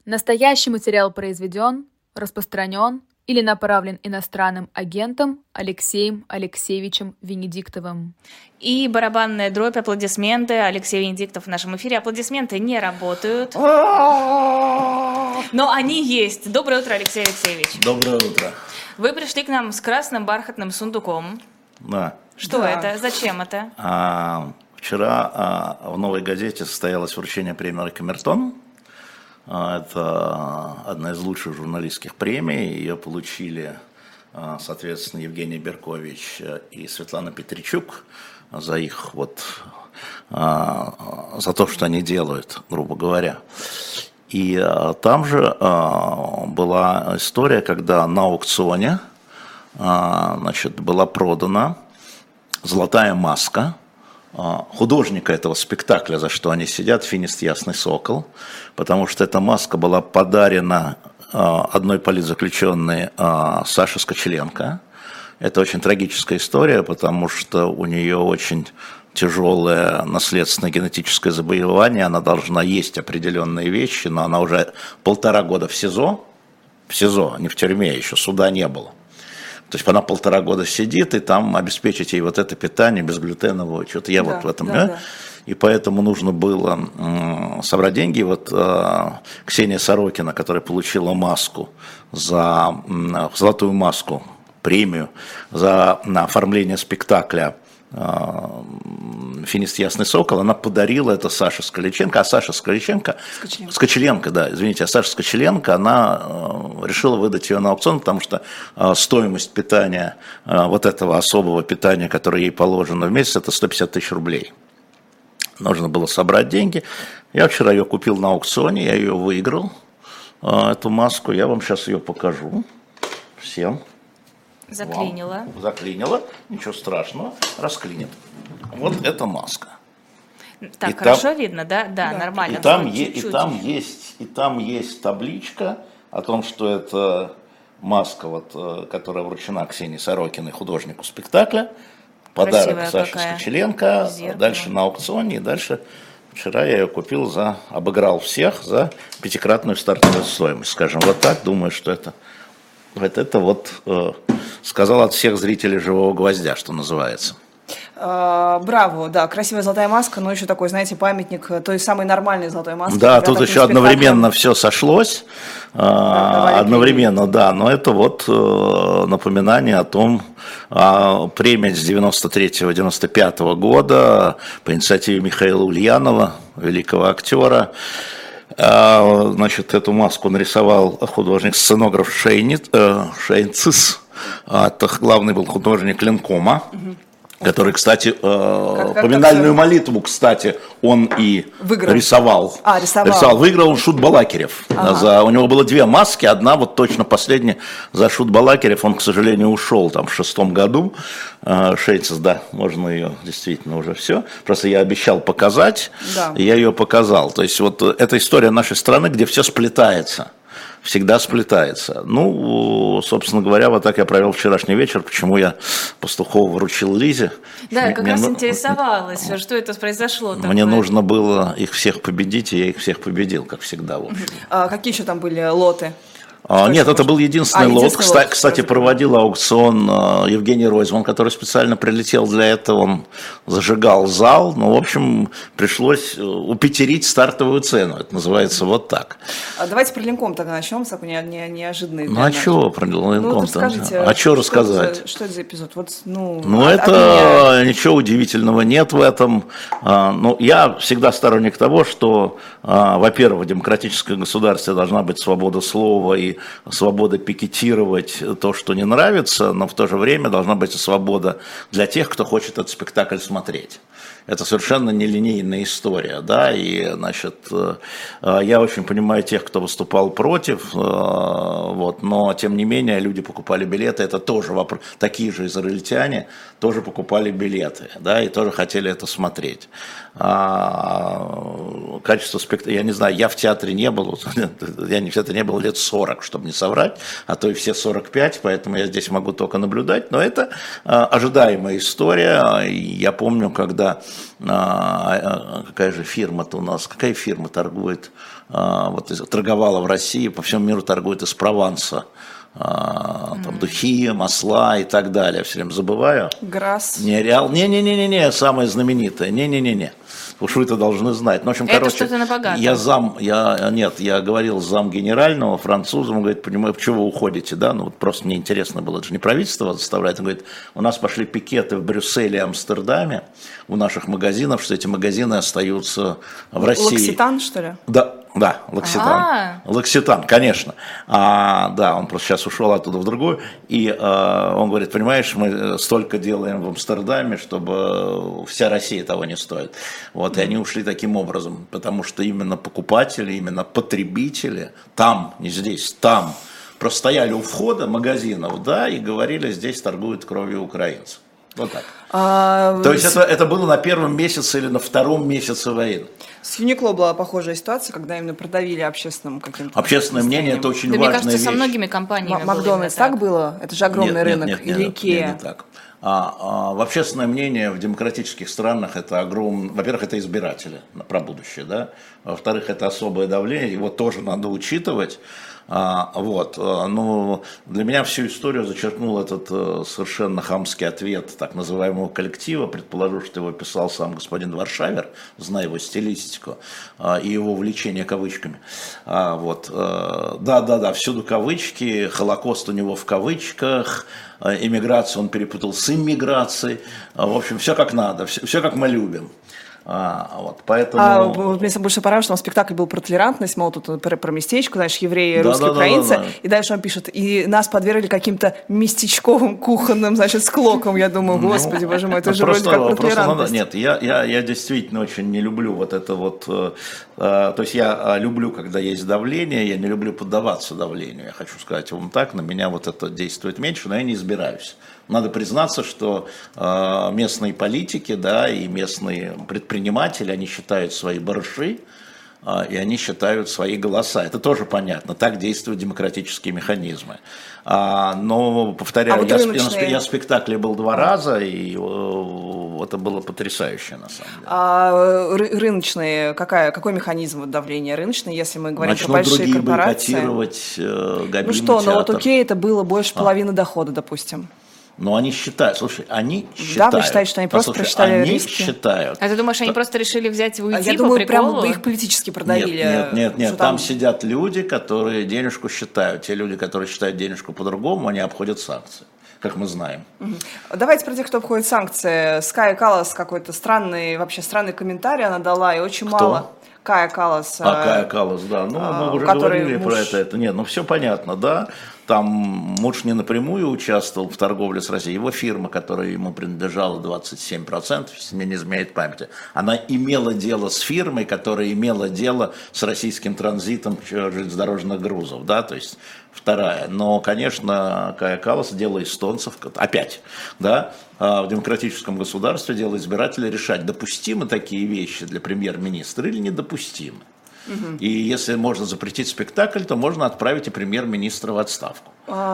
Настоящий материал произведен, распространен или направлен иностранным агентом Алексеем Алексеевичем Венедиктовым. И барабанная дробь, аплодисменты. Алексей Венедиктов в нашем эфире. Аплодисменты не работают. Но они есть. Доброе утро, Алексей Алексеевич. Доброе утро. Вы пришли к нам с красным бархатным сундуком. Да. Что это? Зачем это? Вчера в «Новой газете» состоялось вручение премии «Камертон». Это одна из лучших журналистских премий. Ее получили, соответственно, Евгений Беркович и Светлана Петричук за их за то, что они делают, грубо говоря. И там же была история, когда на аукционе была продана золотая маска художника этого спектакля, за что они сидят, финист «Ясный сокол», потому что эта маска была подарена одной политзаключенной Саше Скочеленко. Это очень трагическая история, потому что у нее очень тяжелое наследственное генетическое заболевание, она должна есть определенные вещи, но она уже 1,5 года в СИЗО, не в тюрьме, еще суда не было. То есть она 1,5 года сидит, и там обеспечить ей вот это питание безглютеновое, что-то я в этом, да. И поэтому нужно было собрать деньги. Ксения Сорокина, которая получила маску золотую маску, премию за оформление спектакля «Финист Ясный сокол», она подарила это Саше Скочеленко, а Саша Скочеленко, она решила выдать ее на аукцион, потому что стоимость питания, вот этого особого питания, которое ей положено в месяц, это 150 тысяч рублей. Нужно было собрать деньги. Я вчера ее купил на аукционе, я ее выиграл, эту маску, я вам сейчас ее покажу всем. Заклинило. Заклинило, ничего страшного, расклинит. Вот эта маска. Так, и хорошо там видно, да? Да, нормально. И там есть табличка о том, что это маска, которая вручена Ксении Сорокиной, художнику спектакля, подарок Саши Скочеленко, дальше на аукционе, и дальше вчера я ее купил, обыграл всех за 5-кратную стартовую стоимость, скажем вот так, думаю, что это сказал от всех зрителей «Живого гвоздя», что называется. Браво, да, красивая золотая маска, но еще такой, знаете, памятник той самой нормальной золотой маски. Да, тут еще одновременно все сошлось, одновременно, да, но это напоминание о том, премия с 93-95 года по инициативе Михаила Ульянова, великого актера. Эту маску нарисовал художник-сценограф Шейнцис, это главный был художник Ленкома, который, кстати, поминальную молитву, он и рисовал. Выиграл Шут Балакирев. У него было 2 маски, одна точно последняя за Шут Балакирев, он, к сожалению, ушел в 2006 году. Шейнцис, да, можно ее действительно уже все. Просто я обещал показать, и я ее показал. То есть это история нашей страны, где все сплетается. Всегда сплетается. Собственно говоря, так я провел вчерашний вечер, почему я Пастухова вручил Лизе. Да, как раз интересовалась, что это произошло. Мне нужно было их всех победить, и я их всех победил, как всегда. Какие еще там были лоты? Нет, это был единственный лот. Кстати, проводил аукцион Евгений Ройзман, который специально прилетел для этого. Он зажигал зал. В общем, пришлось упетерить стартовую цену. Это называется вот так. Давайте про Ленком тогда начнем, такой неожиданный. А что про Ленком-то? Что рассказать? Что это за эпизод? Это ничего удивительного нет в этом. Я всегда сторонник того, что, во-первых, в демократическом государстве должна быть свобода слова и свобода пикетировать то, что не нравится, но в то же время должна быть и свобода для тех, кто хочет этот спектакль смотреть. Это совершенно нелинейная история, да, и, я очень понимаю тех, кто выступал против, но, тем не менее, люди покупали билеты, это тоже вопрос, такие же израильтяне тоже покупали билеты, да, и тоже хотели это смотреть. Качество спектакля, я не знаю, я в театре не был, лет 40, чтобы не соврать, а то и все 45, поэтому я здесь могу только наблюдать, но это ожидаемая история. Я помню, когда какая же фирма-то у нас, какая фирма торгует торговала в России, по всему миру торгует из Прованса. Там духи, масла и так далее. Все время забываю. Грасс. Не, самое знаменитое. Не. Уж вы-то должны знать. Ну, в общем, это что-то на богатом. Я говорил с зам генерального французом, он говорит, понимаю, почему вы уходите, да? Ну, вот просто мне интересно было, это же не правительство вас заставляет. Он говорит, у нас пошли пикеты в Брюсселе и Амстердаме у наших магазинов, что эти магазины остаются в России. Локситан, что ли? Да, Локситан. Локситан, конечно. Да, он просто сейчас ушел оттуда в другую. И он говорит, понимаешь, мы столько делаем в Амстердаме, чтобы вся Россия того не стоит. Вот, и они ушли таким образом, потому что именно покупатели, именно потребители там, не здесь, там, просто стояли у входа магазинов, да, и говорили, здесь торгуют кровью украинцев. Вот так. То есть это было на первом месяце или на втором месяце войны. С Юникло была похожая ситуация, когда именно продавили общественным каким-то... Общественное мнение – это очень важная вещь. Мне кажется, со многими компаниями Макдональдс так было? Это же огромный рынок. Или Икеа? Нет, не так. В общественное мнение в демократических странах это огромное... Во-первых, это избиратели про будущее, да? Во-вторых, это особое давление, его тоже надо учитывать. Но для меня всю историю зачеркнул этот совершенно хамский ответ так называемого коллектива. Предположу, что его писал сам господин Варшавер, зная его стилистику и его увлечение кавычками. Да, всюду кавычки, Холокост у него в кавычках, иммиграцию он перепутал с иммиграцией. В общем, все как надо, все как мы любим. Поэтому... Мне больше понравилось, что там спектакль был про толерантность, мол, тут про местечко, знаешь, евреи, русские, украинцы, и дальше он пишет, и нас подвергли каким-то местечковым кухонным, значит, склокам, я думаю, господи, боже мой, это же вроде как про толерантность. Нет, я действительно очень не люблю вот это вот, то есть я люблю, когда есть давление, я не люблю поддаваться давлению, я хочу сказать вам так, на меня вот это действует меньше, но я не избираюсь. Надо признаться, что местные политики, да, и местные предприниматели, они считают свои барыши, и они считают свои голоса. Это тоже понятно, так действуют демократические механизмы. Но, повторяю, я в спектакле был 2 раза, и это было потрясающе, на самом деле. Рыночные, какой механизм давления рыночный, если мы говорим про большие корпорации? Бойкотировать Габин театр. Вот окей, это было больше половины дохода, допустим. Но они считают, Да, вы считаете, что они просто просчитали риски? Они считают. А ты думаешь, они просто решили взять и уйти я думаю, прям их политически продавили? Нет, там сидят люди, которые денежку считают. Те люди, которые считают денежку по-другому, они обходят санкции, как мы знаем. Давайте про тех, кто обходит санкции. Скай Каллас какой-то странный комментарий она дала, и очень мало... Кая Каллас. Кая Каллас, да. Мы уже говорили про это. Нет, все понятно, да. Там муж не напрямую участвовал в торговле с Россией. Его фирма, которая ему принадлежала 27%, если мне не изменяет память, она имела дело с фирмой, которая имела дело с российским транзитом железнодорожных грузов, да, то есть вторая. Но, конечно, Кая Каллас, дело эстонцев, опять, да, в демократическом государстве дело избирателя решать, допустимы такие вещи для премьер-министра или недопустимы. И если можно запретить спектакль, то можно отправить и премьер-министра в отставку.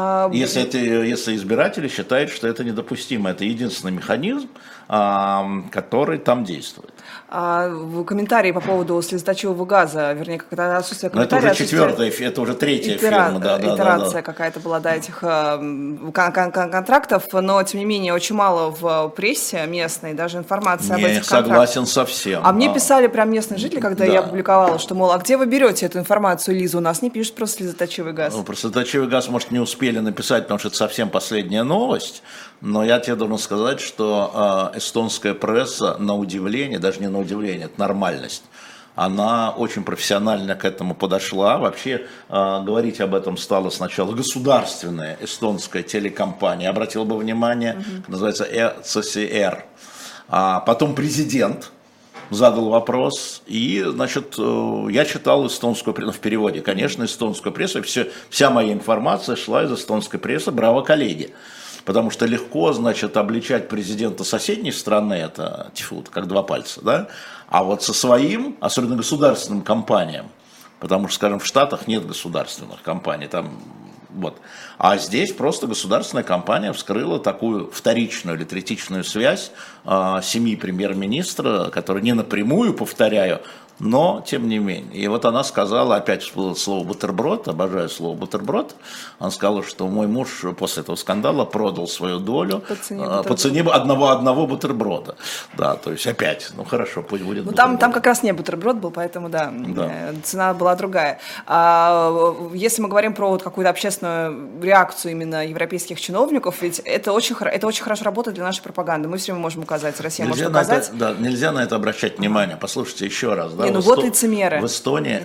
Если избиратели считают, что это недопустимо, это единственный механизм, который там действует. Комментарии по поводу слезоточивого газа, вернее, когда отсутствие комментариев. Это уже третья фирма. Итерация какая-то была, этих контрактов, но, тем не менее, очень мало в прессе местной, даже информации об этих контрактах. Не согласен совсем. Мне писали прям местные жители, когда я опубликовала, что, мол, а где вы берете эту информацию, Лиза? У нас не пишут про слезоточивый газ. Про слезоточивый газ, может, не успели написать, потому что это совсем последняя новость, но я тебе должен сказать, что эстонская пресса, на удивление, даже не на удивление, это нормальность, она очень профессионально к этому подошла. Вообще говорить об этом стала сначала государственная эстонская телекомпания, обратил бы внимание, называется ЭЦСР, потом президент задал вопрос, и, значит, я читал эстонскую прессу, в переводе, конечно, эстонскую прессу, вся моя информация шла из эстонской прессы, браво, коллеги. Потому что легко, значит, обличать президента соседней страны, это тьфу, как 2 пальца, да? А вот со своим, особенно государственным компаниям, потому что, скажем, в Штатах нет государственных компаний, там, вот. А здесь просто государственная компания вскрыла такую вторичную или третичную связь семьи премьер-министра, которая не напрямую, повторяю, но тем не менее. И вот она сказала, опять всплыло слово бутерброд, обожаю слово бутерброд, она сказала, что мой муж после этого скандала продал свою долю по цене одного бутерброда. Да, то есть опять, ну хорошо, пусть будет бутерброд. Там как раз не бутерброд был, поэтому да. Цена была другая. Если мы говорим про вот какую-то общественную реакцию именно европейских чиновников, ведь это очень хорошо работает для нашей пропаганды. Мы все время можем указать, Россия может указать. Нельзя на это обращать внимание. Послушайте еще раз. Да, вот лицемеры. В Эстонии,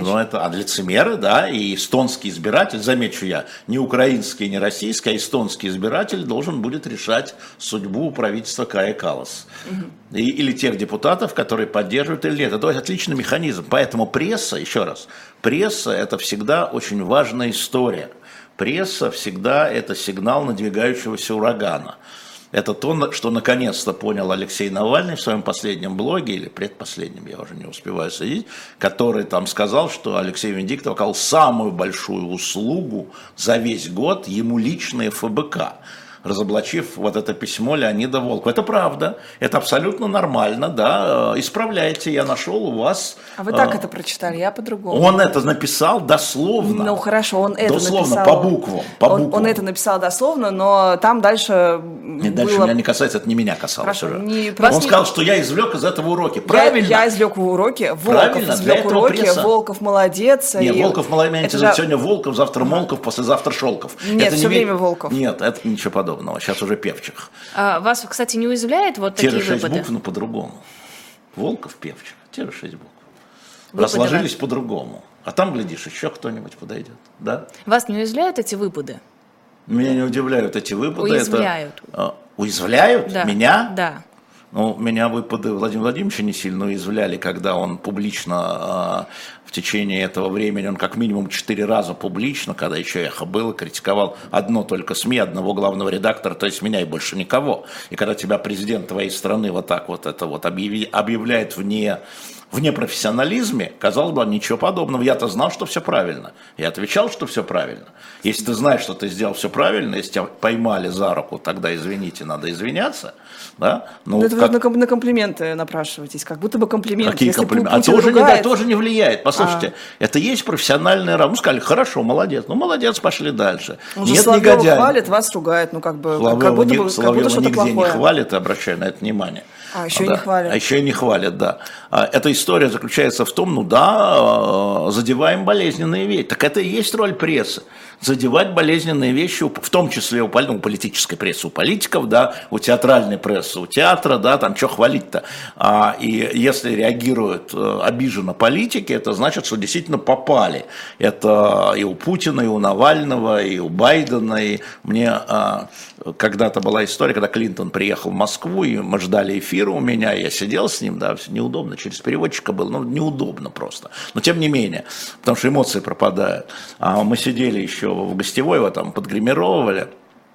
лицемеры, да, и эстонский избиратель, замечу я, не украинский, не российский, а эстонский избиратель должен будет решать судьбу правительства Кая Калласа. Или тех депутатов, которые поддерживают или нет. Это отличный механизм. Поэтому пресса, еще раз, пресса – это всегда очень важная история. Пресса всегда это сигнал надвигающегося урагана. Это то, что наконец-то понял Алексей Навальный в своем последнем блоге, или предпоследнем, я уже не успеваю следить, который там сказал, что Алексей Венедиктов оказал самую большую услугу за весь год ему лично и ФБК, разоблачив вот это письмо Леонида Волкова. Это правда, это абсолютно нормально, да, исправляйте, я нашел у вас... А вы так это прочитали, я по-другому. Он это написал дословно. Ну хорошо, он это дословно, написал... по буквам. Он это написал дословно, но там дальше Нет, дальше меня не касается, это не меня касалось. Хорошо, он сказал, что я извлек из этого уроки. Правильно? Я извлек уроки, Волков извлек уроки, пресса... Волков молодец. Нет, Волков молодец, сегодня Волков, завтра Молков, послезавтра Шолков. Нет, это все время Волков. Нет, это ничего подобного. Сейчас уже Певчих. Вас, кстати, не уязвляет вот такие выпады? Те же 6 букв, но по-другому. Волков, Певчих, те же 6 букв. Разложились по-другому. А там, глядишь, еще кто-нибудь подойдет. Да? Вас не уязвляют эти выпады? Меня не удивляют эти выпады. Уязвляют. Уязвляют? Да. Меня? Да. Ну, меня выпады Владимира Владимировича не сильно уязвляли, когда он публично в течение этого времени, он как минимум 4 раза публично, когда еще «Эхо» было, критиковал одно только СМИ, одного главного редактора, то есть меня и больше никого. И когда тебя президент твоей страны вот так вот это вот объявляет вне профессионализме, казалось бы, ничего подобного. Я-то знал, что все правильно. Я отвечал, что все правильно. Если ты знаешь, что ты сделал все правильно, если тебя поймали за руку, тогда извините, надо извиняться. Да? Ну, это как... вы на комплименты напрашиваетесь, как будто бы комплименты. Какие если комплименты? Тоже не влияет. Послушайте, это есть профессиональная работа. Ну, сказали, хорошо, молодец. Ну, молодец, пошли дальше. Он нет, негодяй. Хвалит, вас ругает. Ну, как бы, как будто бы что-то нигде плохое. Не хвалит, обращаю на это внимание. Еще и не хвалят. Еще и не хвалят, да. Эта история заключается в том, задеваем болезненные вещи. Так это и есть роль прессы. Задевать болезненные вещи, в том числе у политической прессы, у политиков, да, у театральной прессы, у театра, да, там что хвалить-то. И если реагируют обиженно политики, это значит, что действительно попали. Это и у Путина, и у Навального, и у Байдена. И мне когда-то была история, когда Клинтон приехал в Москву, и мы ждали эфира у меня, я сидел с ним, да, неудобно, через переводчика было, неудобно просто. Но тем не менее, потому что эмоции пропадают. А мы сидели еще в гостевой, его там подгримировывали,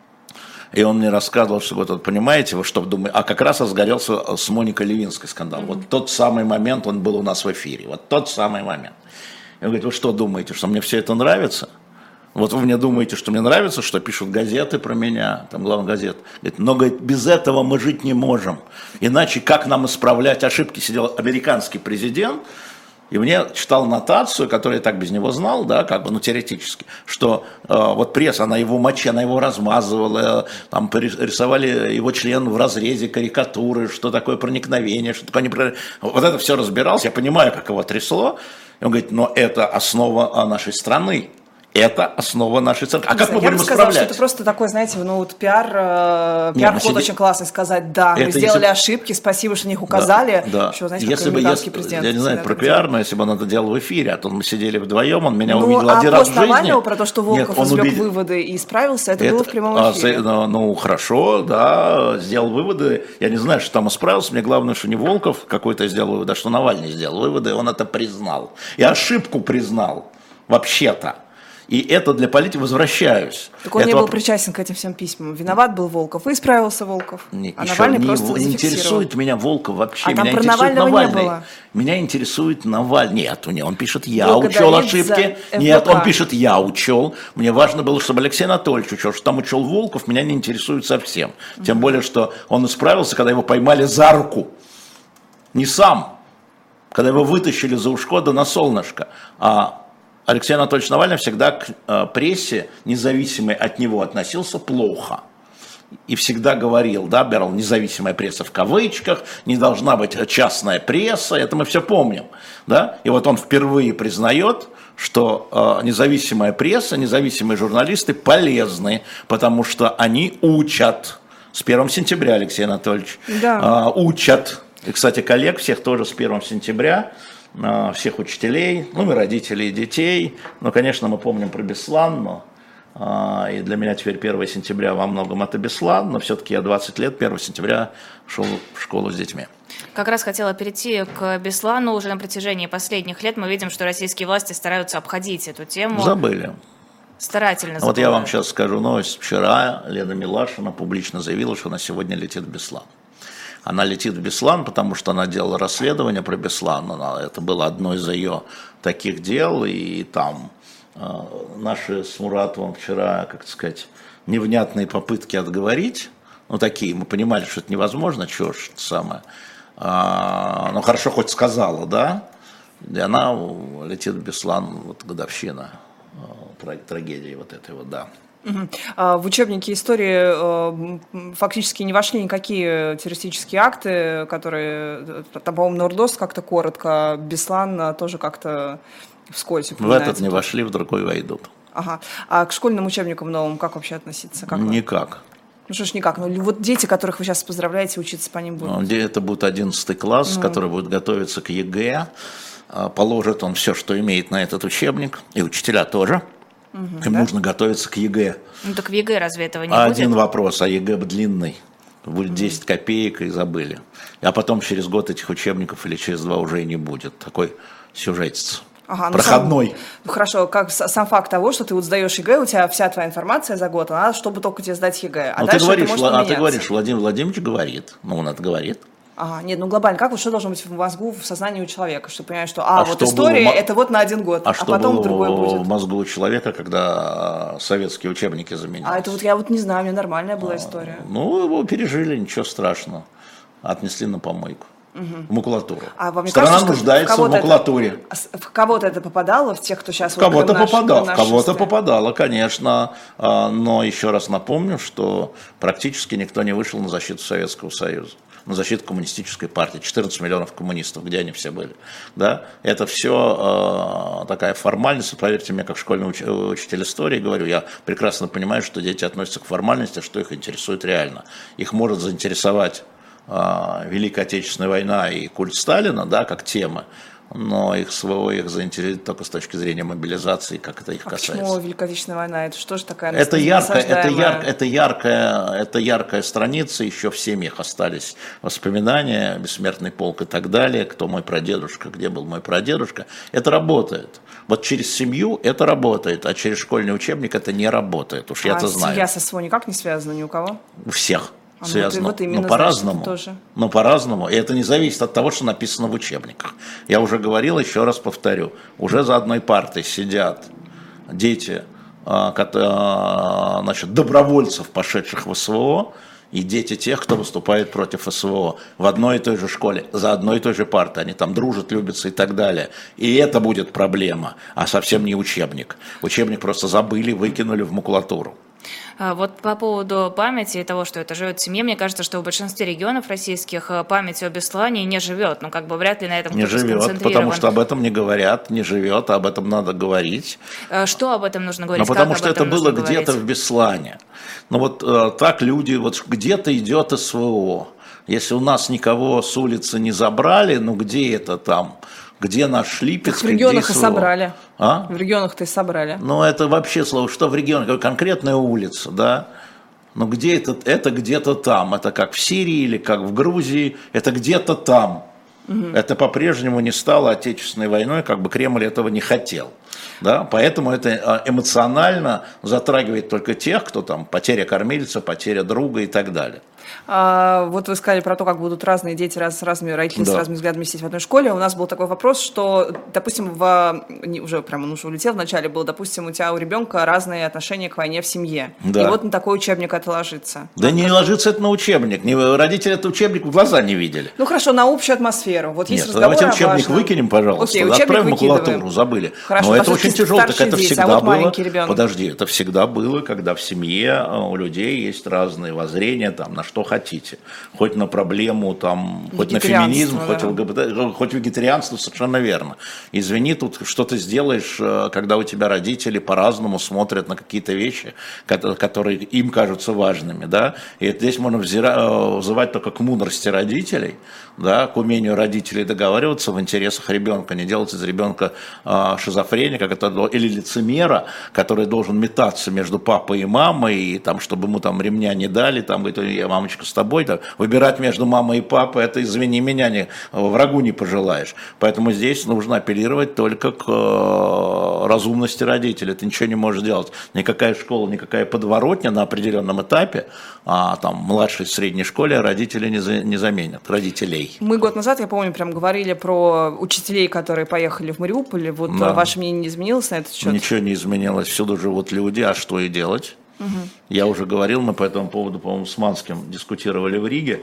и он мне рассказывал, что вот понимаете, вы что думаете, а как раз разгорелся с Моникой Левинской скандал. Вот тот самый момент, он был у нас в эфире, вот тот самый момент. И он говорит, вы что думаете, что мне все это нравится? Вот вы мне думаете, что мне нравится, что пишут газеты про меня, там главная газета. Говорит, но говорит, без этого мы жить не можем. Иначе как нам исправлять ошибки? Сидел американский президент, и мне читал нотацию, которую я так без него знал, да, как бы, теоретически, что вот пресса, она его она его размазывала, там рисовали его член в разрезе, карикатуры, что такое проникновение, что такое вот это все разбирался, я понимаю, как его трясло. И он говорит, но это основа нашей страны. Это основа нашей церкви. А как мы будем исправлять? Я бы сказала, что это просто такой, знаете, пиар-ход очень классный сказать, да, мы сделали ошибки, спасибо, что на них указали. Да. Еще, знаете, как американский президент. Я не знаю про пиар, но если бы он это делал в эфире, а то мы сидели вдвоем, он меня увидел один раз в жизни. Навального про то, что Волков извлек выводы и исправился, это было в прямом эфире. Ну, хорошо, да, сделал выводы. Я не знаю, что там исправился. Мне главное, что не Волков какой-то сделал выводы, а что Навальный сделал выводы, он это признал. И ошибку признал, вообще-то. И это для политики возвращаюсь. Так он не был причастен к этим всем письмам. Виноват был Волков, и исправился Волков. А Навальный просто не интересует меня Волков вообще. А там меня про Навального Навальный. Не было. Меня интересует Навальный. Нет, он пишет, я учел ошибки. Нет, он пишет, я учел. Мне важно было, чтобы Алексей Анатольевич учел. Что там учел Волков, меня не интересует совсем. Тем более, что он исправился, когда его поймали за руку. Не сам. когда его вытащили за ушко на солнышко. А Алексей Анатольевич Навальный всегда к прессе, независимой от него, относился плохо. И всегда говорил, да, брал независимая пресса в кавычках, не должна быть частная пресса, это мы все помним. Да? И вот он впервые признает, что независимая пресса, независимые журналисты полезны, потому что они учат. С 1 сентября, Алексей Анатольевич, учат. И, кстати, коллег всех тоже с 1 сентября, всех учителей, ну и родителей и детей. Ну, конечно, мы помним про Беслан, но... И для меня теперь 1 сентября во многом это Беслан, но все-таки я 20 лет 1 сентября шел в школу с детьми. Как раз хотела перейти к Беслану. Уже на протяжении последних лет мы видим, что российские власти стараются обходить эту тему. Забыли. Старательно забывают. Вот я вам сейчас скажу новость. Вчера Лена Милашина публично заявила, что она сегодня летит в Беслан. Она летит в Беслан, потому что она делала расследование про Беслан. Это было одно из ее таких дел, и там... Наши с Муратовым вчера, как сказать, невнятные попытки отговорить, ну такие, мы понимали, что это невозможно, чего ж это самое, но хорошо хоть сказала, да, и она летит в Беслан, вот годовщина трагедии вот этой вот, да. В учебнике истории фактически не вошли никакие террористические акты, которые, там, по-моему, Нордост как-то коротко, Беслан тоже как-то вскользь упоминается. В этот не вошли, в другой войдут. Ага. А к школьным учебникам новым как вообще относиться? Никак. Ну что ж никак, ну вот дети, которых вы сейчас поздравляете, учиться по ним будут? Это будет 11 класс, который будет готовиться к ЕГЭ, положит он все, что имеет на этот учебник, и учителя тоже. Им нужно готовиться к ЕГЭ. Ну так в ЕГЭ разве этого не будет? Один вопрос, а ЕГЭ длинный. Будет 10 копеек и забыли. А потом через год этих учебников или через 2 уже и не будет. Такой сюжетец. Ага, проходной. Хорошо, как сам факт того, что ты вот сдаешь ЕГЭ, у тебя вся твоя информация за год, она чтобы только тебе сдать ЕГЭ. А ты говоришь, Владимир Владимирович говорит, он это говорит. Ага, нет, ну глобально, как вот что должно быть в мозгу, в сознании у человека, чтобы понять, что вот история это вот на 1 год, а потом было другое будет. В мозгу у человека, когда советские учебники заменились? А это вот я вот не знаю, у меня нормальная была история. Ну, его пережили, ничего страшного, отнесли на помойку. В макулатуру. Страна кажется, нуждается в макулатуре. В кого-то это попадало, в тех, кто сейчас... В кого-то попадало, конечно. Но еще раз напомню, что практически никто не вышел на защиту Советского Союза, на защиту коммунистической партии. 14 миллионов коммунистов, где они все были. Да? Это все такая формальность. Поверьте мне, как школьный учитель истории, говорю, я прекрасно понимаю, что дети относятся к формальности, что их интересует реально. Их может заинтересовать Великая Отечественная война и культ Сталина, да, как темы, но их заинтересует только с точки зрения мобилизации, как это их касается. Почему Великая Отечественная война? Это что же такая это яркая страница, еще в семьях остались воспоминания, Бессмертный полк и так далее, кто мой прадедушка, где был мой прадедушка. Это работает. Вот через семью это работает, а через школьный учебник это не работает. Уж я-то знаю. Семья со СВО никак не связана ни у кого? У всех. Связано, вот именно, но по-разному. Но по-разному. И это не зависит от того, что написано в учебниках. Я уже говорил, еще раз повторю. Уже за одной партой сидят дети, добровольцев, пошедших в СВО, и дети тех, кто выступает против СВО в одной и той же школе, за одной и той же партой. Они там дружат, любятся и так далее. И это будет проблема, а совсем не учебник. Учебник просто забыли, выкинули в макулатуру. Вот по поводу памяти и того, что это живет в семье, мне кажется, что в большинстве регионов российских память о Беслане не живет. Ну, как бы вряд ли на этом кто-то сконцентрирован. Не живет, потому что об этом не говорят, не живет, а об этом надо говорить. Что об этом нужно говорить? Ну, потому что это было где-то в Беслане. Ну, вот так люди, вот где-то идет СВО. Если у нас никого с улицы не забрали, ну, где это там? Где наш Липецк? В регионах и собрали. А? В регионах-то и собрали. Ну, это вообще слово, что в регионах? Конкретная улица, да? Но где это где-то там. Это как в Сирии или как в Грузии. Это где-то там. Это по-прежнему не стало Отечественной войной, как бы Кремль этого не хотел. Да? Поэтому это эмоционально затрагивает только тех, кто там потеря кормильца, потеря друга и так далее. Вот вы сказали про то, как будут разные дети с разными родителями, с разными взглядами сидеть в одной школе. У нас был такой вопрос, что, допустим, уже прямо он уже улетел, вначале было, допустим, у тебя у ребенка разные отношения к войне в семье. Да. И вот на такой учебник это ложится. Да не ложится это на учебник. Родители этот учебник в глаза не видели. Ну хорошо, на общую атмосферу. веру. Вот есть Нет, разговор давайте о учебник важном. выкинем, пожалуйста. Окей, учебник отправим выкидываем. макулатуру, забыли. Хорошо, но это потому очень что тяжело, так старшие это дети, всегда а вот было. маленький ребенок. Подожди, это всегда было, когда в семье у людей есть разные воззрения, там, на что хотите. Хоть на проблему, там, хоть на феминизм, да. хоть ЛГБТ, хоть вегетарианство, совершенно верно. Извини, тут что ты сделаешь, когда у тебя родители по-разному смотрят на какие-то вещи, которые им кажутся важными, да, и здесь можно взывать только к мудрости родителей, да, к умению родителей договариваться в интересах ребенка, не делать из ребенка шизофреника или лицемера, который должен метаться между папой и мамой, и там, чтобы ему там ремня не дали, там, говорит, я, мамочка, с тобой, там, выбирать между мамой и папой, это, извини меня, врагу не пожелаешь. Поэтому здесь нужно апеллировать только к разумности родителей, ты ничего не можешь делать. Никакая школа, никакая подворотня на определенном этапе, там, в младшей, средней школе родители не заменят, родителей. Мы год назад, я помню, прям говорили про учителей, которые поехали в Мариуполь. Вот да. Ваше мнение не изменилось на этот счет? Ничего не изменилось. Всюду живут люди, а что и делать? Угу. Я уже говорил, мы по этому поводу, по-моему, с Манским дискутировали в Риге.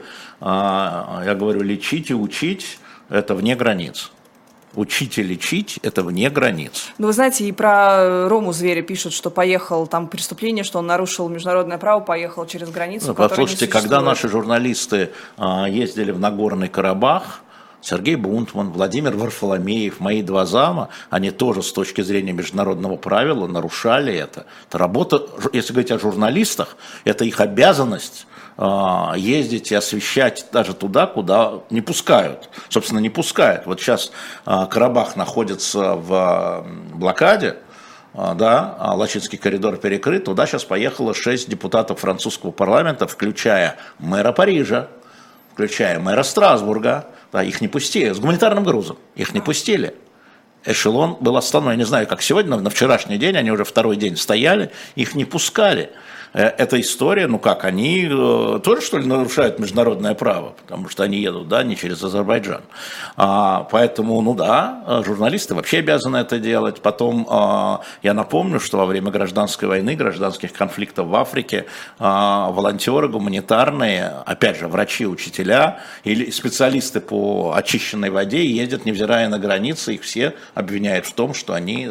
Я говорю, лечить и учить – это вне границ. Учить и лечить – это вне границ. Ну, вы знаете, и про Рому Зверя пишут, что поехал, там преступление, что он нарушил международное право, поехал через границу, послушайте, когда наши журналисты ездили в Нагорный Карабах, Сергей Бунтман, Владимир Варфоломеев, мои два зама, они тоже с точки зрения международного правила нарушали это. Это работа, если говорить о журналистах, это их обязанность ездить и освещать даже туда, куда не пускают. Собственно, не пускают. Вот сейчас Карабах находится в блокаде, да, Лачинский коридор перекрыт, туда сейчас поехало 6 депутатов французского парламента, включая мэра Парижа, включая мэра Страсбурга, да, их не пустили, с гуманитарным грузом, их не пустили. Эшелон был остановлен, я не знаю, как сегодня, на вчерашний день, они уже второй день стояли, их не пускали. Эта история, ну как, они тоже, что ли, нарушают международное право, потому что они едут, да, не через Азербайджан. Поэтому, ну да, журналисты вообще обязаны это делать. Потом я напомню, что во время гражданской войны, гражданских конфликтов в Африке волонтеры гуманитарные, опять же, врачи, учителя или специалисты по очищенной воде ездят, невзирая на границы, их все обвиняют в том, что они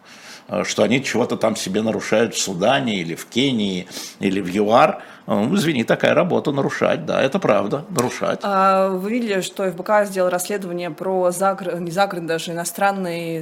чего-то там себе нарушают в Судане или в Кении или в ЮАР. Извини, такая работа нарушать, да, это правда, нарушать. Вы видели, что ФБК сделал расследование про не загородный, даже иностранный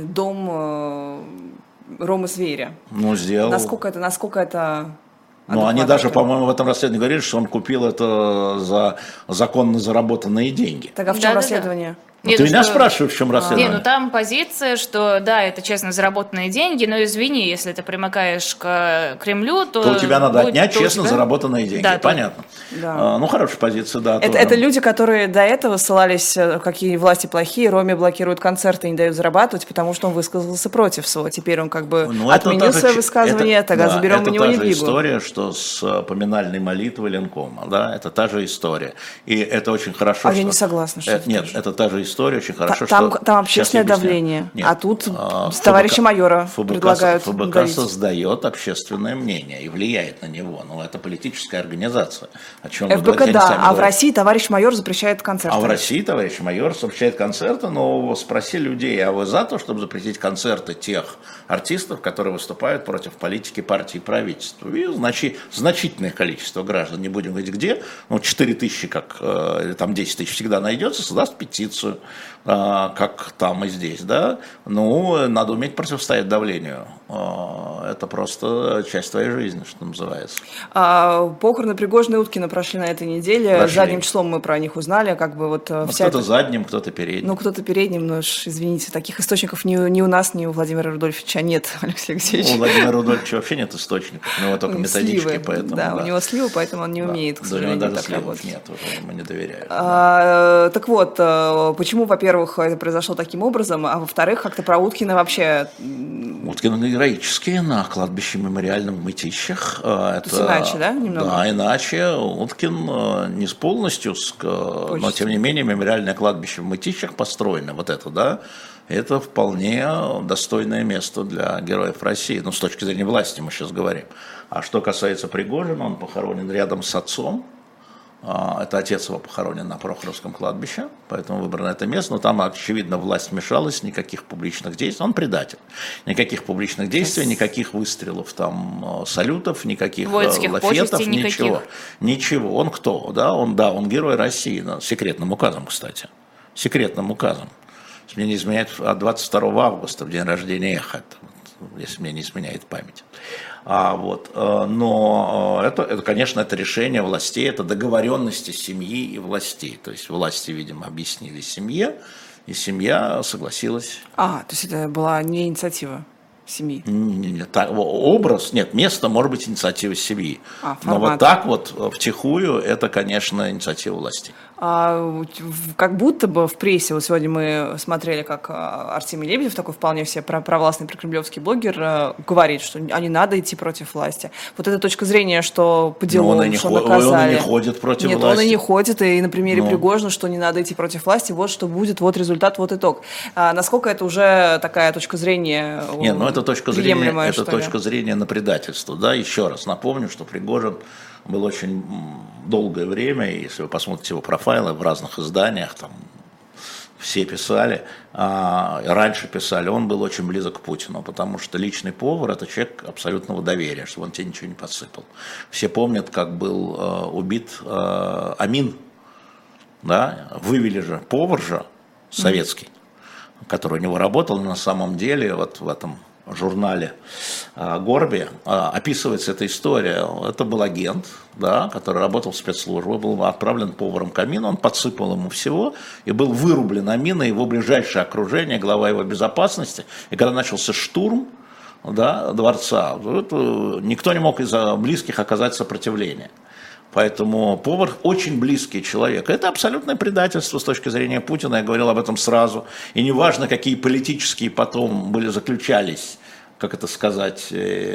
дом Ромы Зверя? Ну, сделал. Насколько это... Ну, они даже, по-моему, в этом расследовании говорили, что он купил это за законно заработанные деньги. Так а в чем расследование? Нет, ты меня спрашиваешь, в чем расследование? Не, ну там позиция, что да, это честно заработанные деньги, но извини, если ты примыкаешь к Кремлю, то у тебя надо отнять честно заработанные деньги, да, понятно. Да. Ну, хорошая позиция, да. Это люди, которые до этого ссылались, какие власти плохие, Роме блокируют концерты и не дают зарабатывать, потому что он высказался против своего. Теперь он как бы отменил свое высказывание, тогда заберем у него недвигу. Это та же история, что с поминальной молитвой Ленкома, да, это та же история. И это очень хорошо. Я не согласна, что это нет, это та же история, очень хорошо, там что... Там общественное давление, нет, а тут товарища майора предлагают ФБК давить. создает общественное мнение и влияет на него, но это политическая организация. О чем ФБК, да, в России товарищ майор запрещает концерты. А в России товарищ майор запрещает концерты, но спроси людей, а вы за то, чтобы запретить концерты тех артистов, которые выступают против политики, партии и правительства? И значительное количество граждан, не будем говорить где, 4 тысячи, или там 10 тысяч всегда найдется, создаст петицию, как там и здесь, да, надо уметь противостоять давлению, это просто часть твоей жизни, что называется. Похороны Пригожина и Уткина прошли на этой неделе, задним числом мы про них узнали, как бы вот кто-то задним, кто-то передним. Кто-то передним, но извините, таких источников ни у нас, ни у Владимира Рудольфовича нет, Алексей Алексеевич. У Владимира Рудольфовича вообще нет источников, у него только методички, сливы, поэтому... Да, у него сливы, поэтому он не умеет, к сожалению, даже так сливов работать. нет, уже ему не доверяют. Так вот, почему, во-первых, это произошло таким образом, а во-вторых, как-то про Уткина вообще... Уткин героические на кладбище мемориальном в Мытищах. То есть иначе, да, немного? Да, иначе. Уткин не с полностью, но тем не менее мемориальное кладбище в Мытищах построено, вот это, да, это вполне достойное место для героев России, с точки зрения власти мы сейчас говорим. А что касается Пригожина, он похоронен рядом с отцом, Это отец его похоронен на Прохоровском кладбище, поэтому выбрано это место. Но там, очевидно, власть вмешалась, никаких публичных действий. Он предатель. Никаких публичных действий, никаких выстрелов, там, салютов, никаких лафетов, ничего. Ничего. Он кто? Он герой России, секретным указом, кстати. Секретным указом. Если мне не изменяет, 22 августа, в день рождения Эхо, если мне не изменяет память. Но это, конечно, это решение властей, это договоренности семьи и властей. То есть власти, видимо, объяснили семье, и семья согласилась. То есть это была не инициатива семьи? Нет, место может быть инициатива семьи. Но вот так вот втихую, это, конечно, инициатива властей. Как будто бы в прессе, вот сегодня мы смотрели, как Артемий Лебедев, такой вполне себе провластный прокремлевский блогер, говорит, что не надо идти против власти. Вот эта точка зрения, что по делу, что наказали. Он и не ходит против власти. Нет, он и не ходит, и на примере Пригожина, что не надо идти против власти, вот что будет, вот результат, вот итог. Насколько это уже такая точка зрения? Нет, это точка зрения на предательство. Да? Еще раз напомню, что Пригожин был очень долгое время, если вы посмотрите его профайлы в разных изданиях, там все писали, раньше писали, он был очень близок к Путину, потому что личный повар – это человек абсолютного доверия, чтобы он тебе ничего не подсыпал. Все помнят, как был убит Амин, да? Вывели же повар же советский, который у него работал, на самом деле вот в этом журнале Горби описывается эта история. Это был агент, да, который работал в спецслужбе, был отправлен поваром к Амину, он подсыпал ему всего, и был вырублен Амин и его ближайшее окружение, глава его безопасности. И когда начался штурм, да, дворца, никто не мог из близких оказать сопротивление. Поэтому повар очень близкий человек. Это абсолютное предательство с точки зрения Путина, я говорил об этом сразу. И неважно, какие политические потом заключались, как это сказать,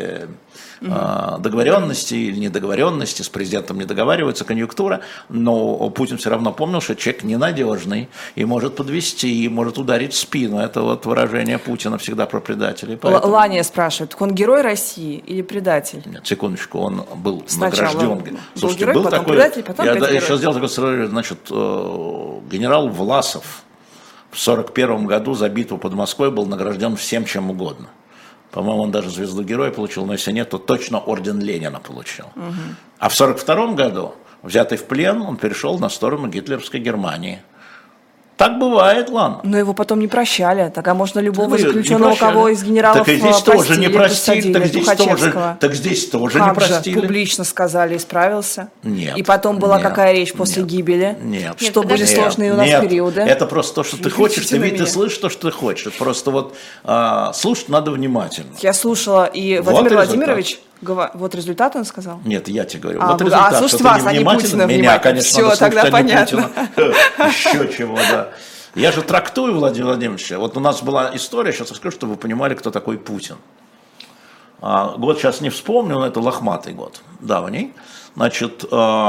договоренности или недоговоренности, с президентом не договариваются, конъюнктура, но Путин все равно помнил, что человек ненадежный и может подвести, и может ударить в спину. Это вот выражение Путина всегда про предателей. Поэтому... Лания спрашивает, он герой России или предатель? Нет, секундочку, он был награжден. Слушайте, был потом такой, предатель, потом я сейчас сделал такое сравнение, значит, генерал Власов в 1941 году за битву под Москвой был награжден всем чем угодно. По-моему, он даже звезду героя получил, но если нет, то точно орден Ленина получил. А в 1942 году, взятый в плен, он перешел на сторону гитлеровской Германии. Так бывает, ладно. Но его потом не прощали. Так, а можно любого заключенного, кого из генералов так здесь простили, тоже не простили, так здесь тоже не простили. Же, публично сказали, исправился. Нет. И потом была какая речь после гибели? Нет. Что были сложные у нас периоды? Это просто то, что ты хочешь, ты слышишь то, что ты хочешь. Это просто вот слушать надо внимательно. Я слушала, и Владимир Владимирович... Вот результат он сказал? Нет, я тебе говорю. Вот результат, слушайте вас, а не Путина. Меня, конечно, все, тогда понятно. Еще чего, да. Я же трактую Владимира Владимировича. Вот у нас была история, сейчас расскажу, чтобы вы понимали, кто такой Путин. Год сейчас не вспомню, но это лохматый год давний. Значит,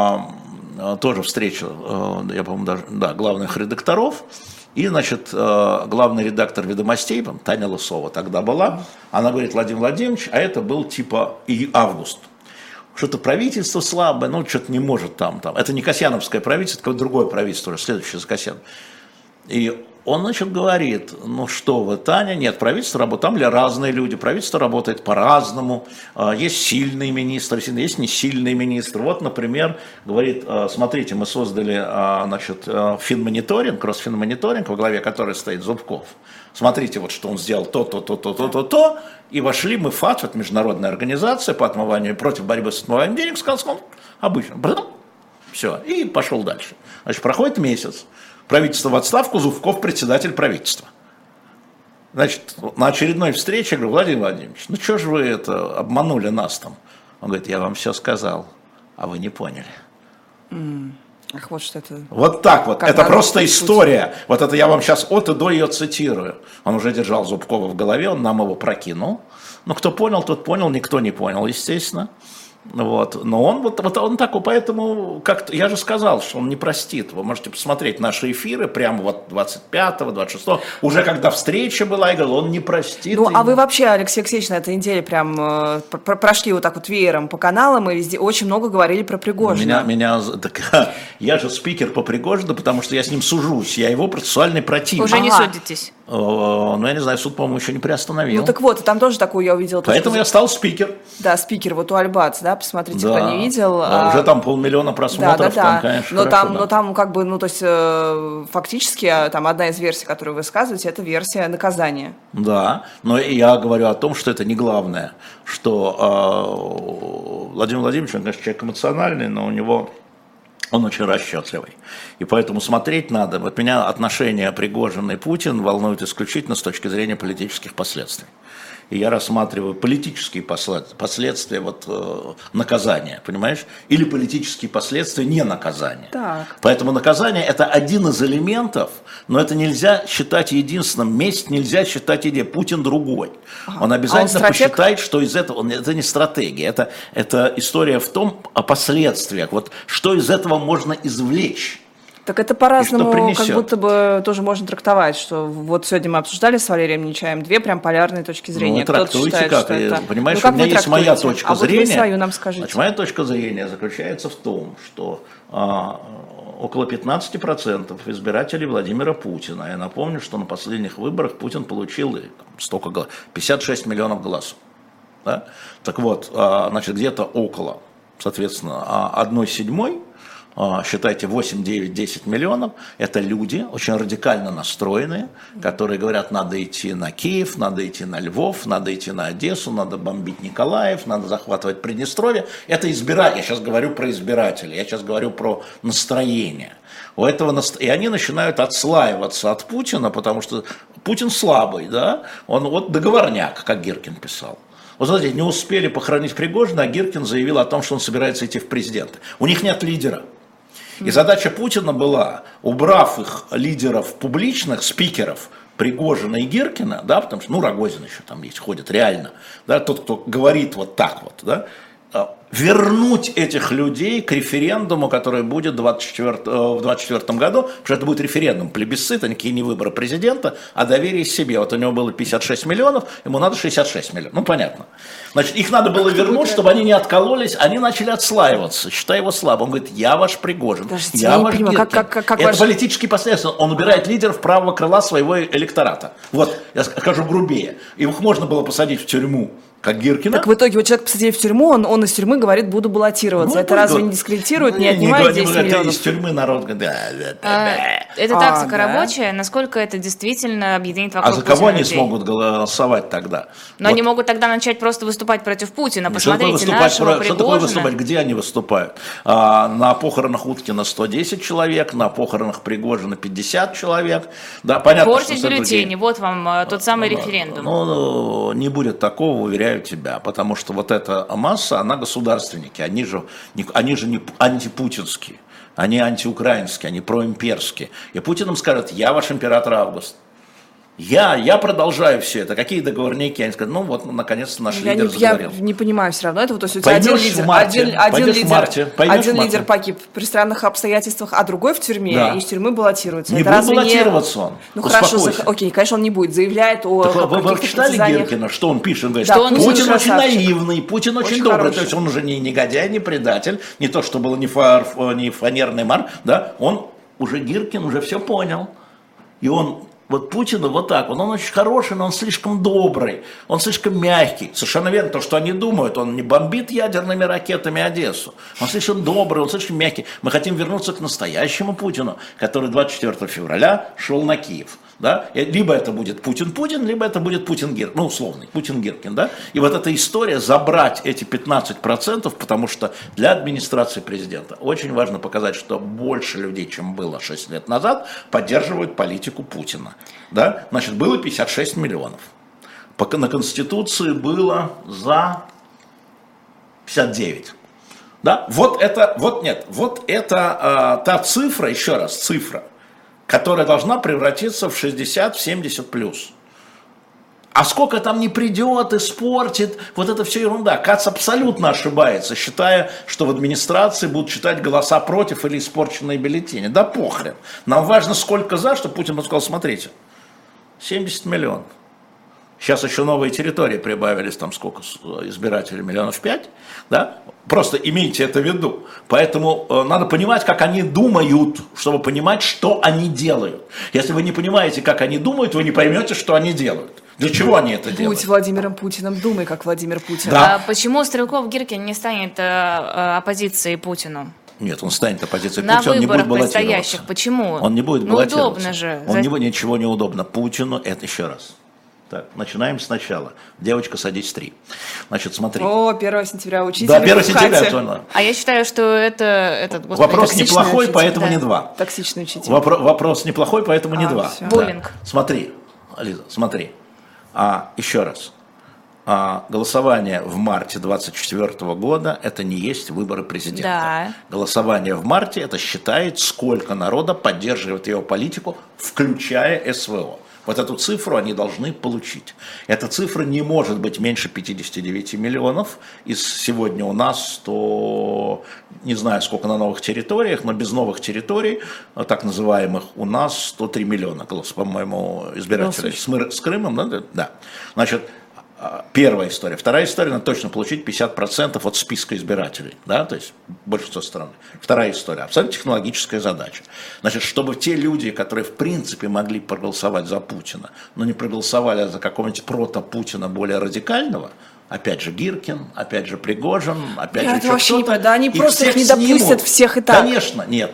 тоже встреча, я помню, даже, да, главных редакторов. И, значит, главный редактор «Ведомостей», Таня Лысова тогда была, она говорит: Владимир Владимирович, а это был типа август. Что-то правительство слабое, что-то не может там. Это не Касьяновское правительство, это какое-то другое правительство, уже следующее за Касьяном. И он, значит, говорит: что вы, Таня, нет, правительство работает, там разные люди, правительство работает по-разному, есть сильные министры, есть не сильные министры. Вот, например, говорит: смотрите, мы создали, значит, финмониторинг, Росфинмониторинг, во главе которой стоит Зубков. Смотрите, вот что он сделал то, и вошли мы в ФАТФ, это международная организация по отмыванию, против борьбы с отмыванием денег, сказал, обычно, все, и пошел дальше. Значит, проходит месяц. Правительство в отставку, Зубков председатель правительства. Значит, на очередной встрече я говорю: Владимир Владимирович, что же вы обманули нас там? Он говорит: я вам все сказал, а вы не поняли. Ах, вот что это. Вот так вот, это просто история. Вот это я вам сейчас от и до ее цитирую. Он уже держал Зубкова в голове, он нам его прокинул. Кто понял, тот понял, никто не понял, естественно. Вот. Но он такой, поэтому, как я же сказал, что он не простит. Вы можете посмотреть наши эфиры, прямо вот 25-го, 26-го, уже когда встреча была, я говорил, он не простит. Ну, а вы вообще, Алексей Алексеевич, на этой неделе прям прошли вот так вот веером по каналам и везде очень много говорили про Пригожина. Я же спикер по Пригожину, потому что я с ним сужусь, я его процессуальный противник. Уже не судитесь? Ну, я не знаю, суд, по-моему, еще не приостановил. Ну, так вот, и там тоже такую я увидела. Поэтому я стал спикер. Да, спикер, вот у Альбац, да, посмотрите, кто не видел. Уже там 500 000 просмотров, там, конечно, но там как бы, ну, то есть, фактически, там одна из версий, которую вы высказываете, это версия наказания. Да, но я говорю о том, что это не главное, что Владимир Владимирович, он, конечно, человек эмоциональный, но он очень расчетливый. И поэтому смотреть надо. Вот меня отношения Пригожин и Путин волнуют исключительно с точки зрения политических последствий. И я рассматриваю политические последствия наказания, понимаешь? Или политические последствия не наказания. Так. Поэтому наказание – это один из элементов, но это нельзя считать единственным. Месть нельзя считать идеей. Путин другой. Он обязательно посчитает, что из этого… Это не стратегия, это история в том, о последствиях. Вот что из этого можно извлечь. Так это по-разному, как будто бы тоже можно трактовать, что вот сегодня мы обсуждали с Валерием Нечаевым две прям полярные точки зрения. Ну, трактуйте считает, как, что это... понимаешь, у меня есть моя точка зрения. Вот вы свою нам скажите. Значит, моя точка зрения заключается в том, что около 15% избирателей Владимира Путина. Я напомню, что на последних выборах Путин получил 56 миллионов голосов. Да? Так вот, значит, где-то около, соответственно, 1/7, считайте 8, 9, 10 миллионов, это люди очень радикально настроенные, которые говорят, надо идти на Киев, надо идти на Львов, надо идти на Одессу, надо бомбить Николаев, надо захватывать Приднестровье. Это избиратели, я сейчас говорю про избирателей, я сейчас говорю про настроение. И они начинают отслаиваться от Путина, потому что Путин слабый, да? Он вот договорняк, как Гиркин писал. Вот смотрите, не успели похоронить Пригожина, а Гиркин заявил о том, что он собирается идти в президенты. У них нет лидера. И задача Путина была, убрав их лидеров публичных, спикеров, Пригожина и Гиркина, да, потому что, Рогозин еще там есть, ходит реально, да, тот, кто говорит вот так вот, да, вернуть этих людей к референдуму, который будет в 2024 году, потому что это будет референдум, плебисцит, а никакие не выборы президента, а доверие себе. Вот у него было 56 миллионов, ему надо 66 миллионов. Ну, понятно. Значит, их надо было вернуть, чтобы они не откололись, они начали отслаиваться, считая его слабым. Он говорит, я ваш Пригожин, я ваш Гиркин. Это политические последствия. Он убирает лидеров правого крыла своего электората. Вот, я скажу грубее. Их можно было посадить в тюрьму, как Гиркина. Так в итоге вот человек посадили в тюрьму, он из тюрьмы говорит, буду баллотироваться. Это разве не дискредитирует, не отнимает 10 миллионов? Из тюрьмы народ говорит, это тактика рабочая, насколько это действительно объединит вокруг Путина. А за кого они смогут голосовать тогда? Но они могут тогда начать просто выступать против Путина. Посмотрите, нашего Пригожина. Что такое выступать? Где они выступают? На похоронах Уткина 110 человек, на похоронах Пригожина 50 человек. Да, понятно, портить бюллетени, вот вам тот самый референдум. Ну, не будет такого, уверяю тебя, потому что вот эта масса, она государственники, они же не антипутинские, они антиукраинские, они проимперские. И Путин им скажет, я ваш император Август. Я продолжаю все это. Какие договорники? Они скажут, наконец-то наш лидер заговорил. Я не понимаю все равно этого. То есть у тебя один лидер погиб при странных обстоятельствах, а другой в тюрьме, и из тюрьмы баллотируется. Не будет баллотироваться он. Ну хорошо, окей, конечно, он не будет. Заявляет о каких-то вы читали Гиркина, что он пишет? Он говорит, что Путин очень наивный, Путин очень добрый. То есть он уже не негодяй, не предатель, не то, что было не фанерный мар, да, он уже Гиркин уже все понял. И он вот Путину вот так, он очень хороший, но он слишком добрый, он слишком мягкий. Совершенно верно, то, что они думают, он не бомбит ядерными ракетами Одессу. Он слишком добрый, он слишком мягкий. Мы хотим вернуться к настоящему Путину, который 24 февраля шел на Киев. Да? Либо это будет Путин-Путин, либо это будет Путин-Гиркин, условный Путин-Гиркин. Да? И вот эта история забрать эти 15%, потому что для администрации президента очень важно показать, что больше людей, чем было 6 лет назад, поддерживают политику Путина. Да? Значит, было 56 миллионов. На Конституции было за 59. Да? Вот это та цифра, еще раз, цифра, которая должна превратиться в 60-70 плюс. А сколько там не придет, испортит, вот это все ерунда. Кац абсолютно ошибается, считая, что в администрации будут читать голоса против или испорченные бюллетени. Да похрен. Нам важно сколько за, чтобы Путин сказал, смотрите, 70 миллионов. Сейчас еще новые территории прибавились, там сколько избирателей, 5 миллионов, да? Просто имейте это в виду. Поэтому надо понимать, как они думают, чтобы понимать, что они делают. Если вы не понимаете, как они думают, вы не поймете, что они делают. Для чего они это делают? Будь Владимиром Путиным, думай, как Владимир Путин. Да. А почему Стрелков-Гиркин не станет оппозицией Путину? Нет, он станет оппозицией На Путина, он не будет выборах предстоящих. баллотироваться. Почему? Он не будет баллотироваться. Удобно же. Ничего не удобно. Путину это еще раз. Так, начинаем сначала. Девочка, садись 3. Значит, смотри. О, 1 сентября учитель. Да, 1 сентября. А я считаю, что это Вопрос неплохой, учитель, поэтому да. не 2. Токсичный учитель. Вопрос неплохой, поэтому не 2. всё. Буллинг. Да. Смотри, Лиза, смотри. Еще раз. Голосование в марте 2024 года – это не есть выборы президента. Да. Голосование в марте – это считает, сколько народа поддерживает его политику, включая СВО. Вот эту цифру они должны получить. Эта цифра не может быть меньше 59 миллионов. И сегодня у нас 100, не знаю сколько на новых территориях, но без новых территорий, так называемых, у нас 103 миллиона, по-моему, избирателей. С Крымом, да? Значит, первая история. Вторая история, надо точно получить 50% от списка избирателей, да, то есть большинство стран. Вторая история, абсолютно технологическая задача. Значит, чтобы те люди, которые в принципе могли проголосовать за Путина, но не проголосовали за какого-нибудь прото-Путина более радикального, опять же Гиркин, опять же Пригожин, опять же еще вообще кто-то. Не да, они их просто их всех не допустят снимут. всех и так. Конечно, нет.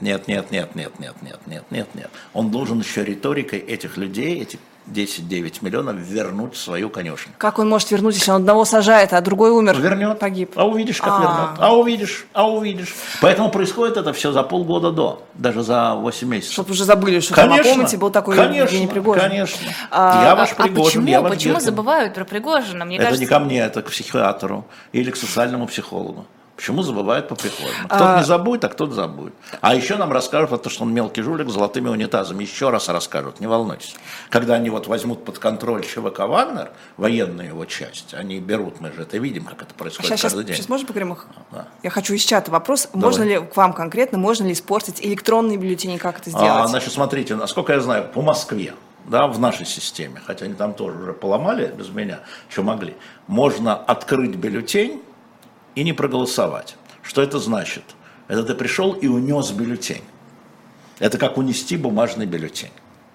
Он должен еще риторикой этих людей, этих 10-9 миллионов вернуть в свою конюшню. Как он может вернуть, если он одного сажает, а другой умер? Вернет. Погиб. А увидишь, как вернет. А увидишь. Поэтому происходит это все за полгода до, даже за 8 месяцев. Чтобы уже забыли, что там, помните, был такой Евгений Пригожин. Конечно. Я ваш Пригожин, я ваш Почему Гиркин. забывают про Пригожина? Мне Это кажется... не ко мне, это к психиатру или к социальному психологу. Почему забывают по Пригожину? Кто-то не забудет, а кто-то забудет. А еще нам расскажут, потому что он мелкий жулик с золотыми унитазами. Еще раз расскажут, не волнуйтесь. Когда они вот возьмут под контроль ЧВК «Вагнер», военную его часть, они берут, мы же это видим, как это происходит каждый день. Сейчас можно поговорим? Да. Я хочу из чата вопрос. Давай. Можно ли к вам конкретно, можно ли испортить электронные бюллетени, как это сделать? Значит, смотрите, насколько я знаю, по Москве, да, в нашей системе, хотя они там тоже уже поломали без меня, что могли, можно открыть бюллетень и не проголосовать. Что это значит? Это ты пришел и унес бюллетень. Это как унести бумажный бюллетень.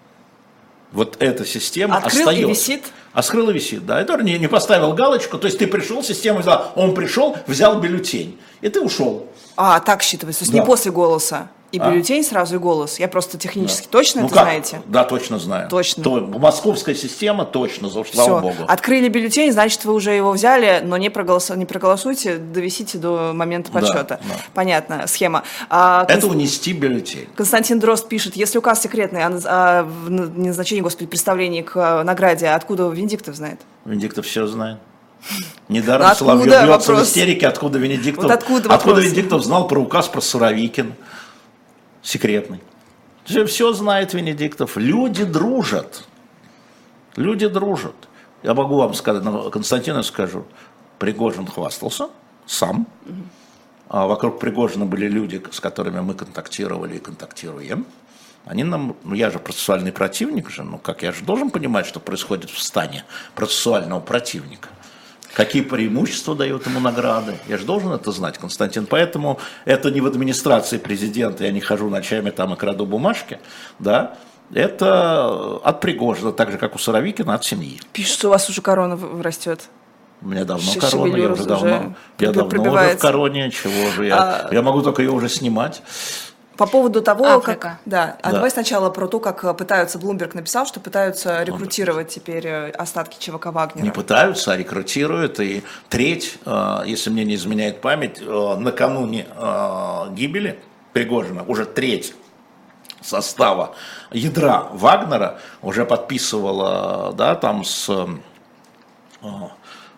Вот эта система Открыл остается. и висит? Открыл и висит, да. Это не поставил галочку, то есть ты пришел, система взяла, он пришел, взял бюллетень, и ты ушел. Так считывается, то есть Да. не после голоса. И бюллетень сразу, и голос. Я просто технически точно это знаете? Да, точно знаю. Точно. Московская система точно, слава Все. богу. Открыли бюллетень, значит, вы уже его взяли, но не проголосуйте, довисите до момента подсчета. Да. Понятно, схема. Это унести бюллетень. Константин Дрозд пишет, если указ секретный о назначении, господи, представлений к награде, откуда Венедиктов знает? Венедиктов все знает. Недаром Откуда Соловьев бьется в вопрос? истерике, откуда Венедиктов, Вот откуда вопрос? Венедиктов знал про указ про Суровикин. Секретный. Все знает Венедиктов. Люди дружат. Люди дружат. Я могу вам сказать, Константину скажу, Пригожин хвастался сам. А вокруг Пригожина были люди, с которыми мы контактировали и контактируем. Они нам, я же процессуальный противник же, я же должен понимать, что происходит в стане процессуального противника. Какие преимущества дают ему награды. Я же должен это знать, Константин. Поэтому это не в администрации президента, я не хожу ночами там и краду бумажки, да. Это от Пригожина, так же, как у Суровикина, от семьи. Пишут, что у вас уже корона растет. У меня давно корона, я уже давно пробивается. в короне, чего же я могу только ее уже снимать. По поводу того, Африка. Давай сначала про то, как пытаются, Блумберг написал, что пытаются рекрутировать теперь остатки ЧВК «Вагнера». Не пытаются, а рекрутируют. И треть, если мне не изменяет память, накануне гибели Пригожина, уже треть состава ядра Вагнера уже подписывала, да, там с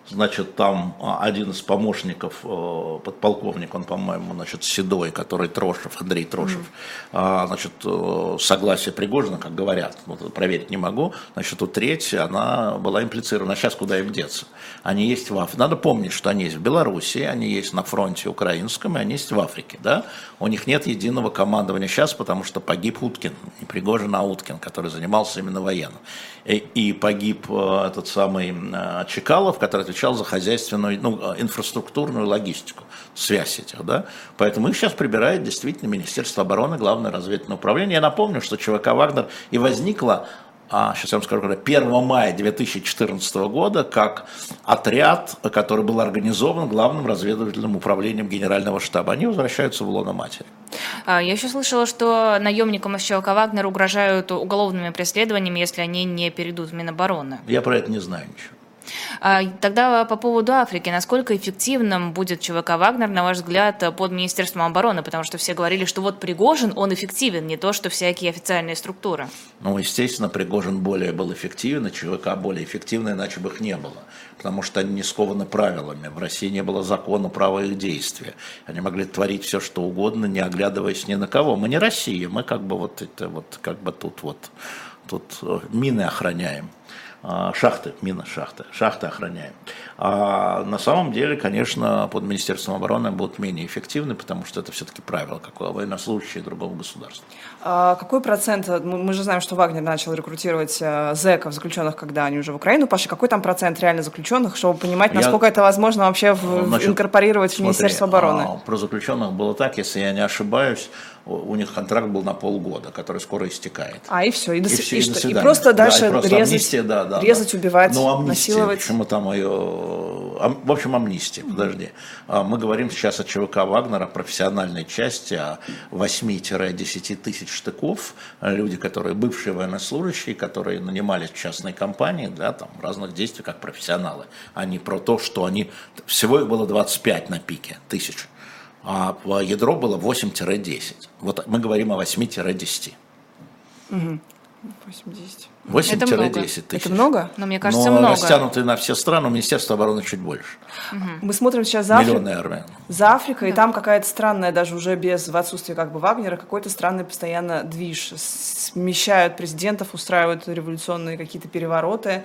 значит, там один из помощников, подполковник, он, по-моему, значит, седой, который Трошев, Андрей Трошев, значит, согласие Пригожина, как говорят, проверить не могу, значит, у треть, она была имплицирована. А сейчас куда им деться? Они есть в Африке. Надо помнить, что они есть в Белоруссии, они есть на фронте украинском, и они есть в Африке, да? У них нет единого командования сейчас, потому что погиб Уткин, не Пригожин, а Уткин, который занимался именно военным. И погиб этот самый Чекалов, который отвечал за хозяйственную, инфраструктурную логистику, связь этих, да. Поэтому их сейчас прибирает действительно Министерство обороны, Главное разведывательное управление. Я напомню, что ЧВК «Вагнер» и возникла, сейчас я вам скажу, 1 мая 2014 года, как отряд, который был организован Главным разведывательным управлением Генерального штаба. Они возвращаются в лоно матери. Я еще слышала, что наемникам из ЧВК «Вагнер» угрожают уголовными преследованиями, если они не перейдут в Минобороны. Я про это не знаю ничего. Тогда по поводу Африки. Насколько эффективным будет ЧВК «Вагнер», на ваш взгляд, под Министерством обороны? Потому что все говорили, что вот Пригожин, он эффективен, не то, что всякие официальные структуры. Естественно, Пригожин более был эффективен, и ЧВК более эффективно, иначе бы их не было. Потому что они не скованы правилами. В России не было закона права их действия. Они могли творить все, что угодно, не оглядываясь ни на кого. Мы не Россия, мы тут мины охраняем. Шахты охраняем. А на самом деле, конечно, под Министерством обороны будут менее эффективны, потому что это все-таки правило, как военнослужащие другого государства. Какой процент, мы же знаем, что Вагнер начал рекрутировать зэков, заключенных, когда они уже в Украину пошли, какой там процент реально заключенных, чтобы понимать, насколько это возможно вообще инкорпорировать в Министерство обороны? Про заключенных было так, если я не ошибаюсь, у них контракт был на полгода, который скоро истекает. И все, и до свидания. И просто дальше просто резать, убивать, насиловать. В общем, амнистия, подожди. Мы говорим сейчас о ЧВК «Вагнера», профессиональной части, о 8-10 тысяч штыков. Люди, которые бывшие военнослужащие, которые нанимались в частной компании для разных действий, как профессионалы. А не про то, что они... Всего их было 25 на пике тысяч. А ядро было 8-10. Вот мы говорим о 8-10. 8-10. 8-10 тысяч. Это много? Но мне кажется, много. Растянутые на все страны, Министерство обороны чуть больше. Мы смотрим сейчас за Африкой, и там какая-то странная, даже уже в отсутствии Вагнера, какой-то странный постоянно движ. Смещают президентов, устраивают революционные какие-то перевороты.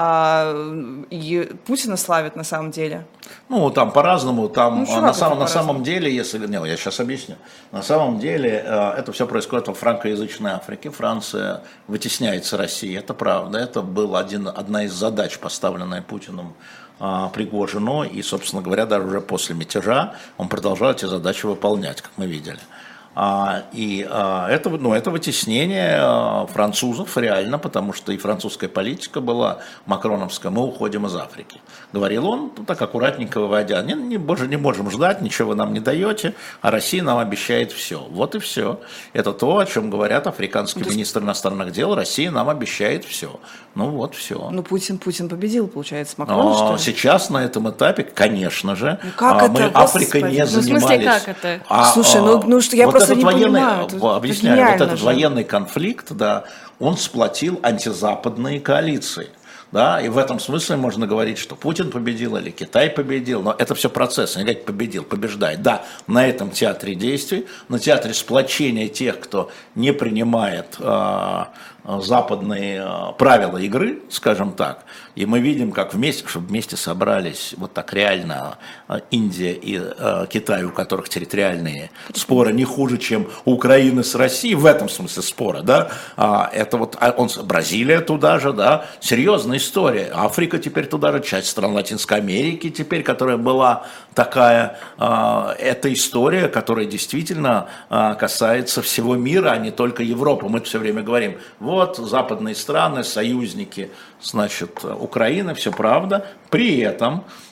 И Путина славят на самом деле. Там по-разному. На самом деле, я сейчас объясню. На самом деле, это все происходит во франкоязычной Африке. Франция вытесняется Россией. Это правда. Это была одна из задач, поставленная Путиным Пригожину. И, собственно говоря, даже уже после мятежа он продолжал эти задачи выполнять, как мы видели. Это вытеснение французов реально, потому что и французская политика была макроновская, мы уходим из Африки. Говорил он, так аккуратненько выводя, боже, не можем ждать, ничего вы нам не даете, а Россия нам обещает все. Вот и все. Это то, о чем говорят африканские министры иностранных дел, Россия нам обещает все. Все. Путин победил, получается, с Макроном, что ли? Сейчас на этом этапе, конечно же, мы Африкой не занимались. В смысле, как это? Слушай, что я просто не понимаю. Объясняю, этот военный конфликт, он сплотил антизападные коалиции. И в этом смысле можно говорить, что Путин победил или Китай победил, но это все процесс, не говорить победил, побеждает. Да, на этом театре действий, на театре сплочения тех, кто не принимает западные правила игры, скажем так, и мы видим, как вместе собрались вот так реально Индия и Китай, у которых территориальные споры не хуже, чем у Украины с Россией, в этом смысле спора, Бразилия туда же, серьезная история, Африка теперь туда же, часть стран Латинской Америки теперь, которая была такая, это история, которая действительно касается всего мира, а не только Европы, мы все время говорим, западные страны, союзники, Украина, все правда. При этом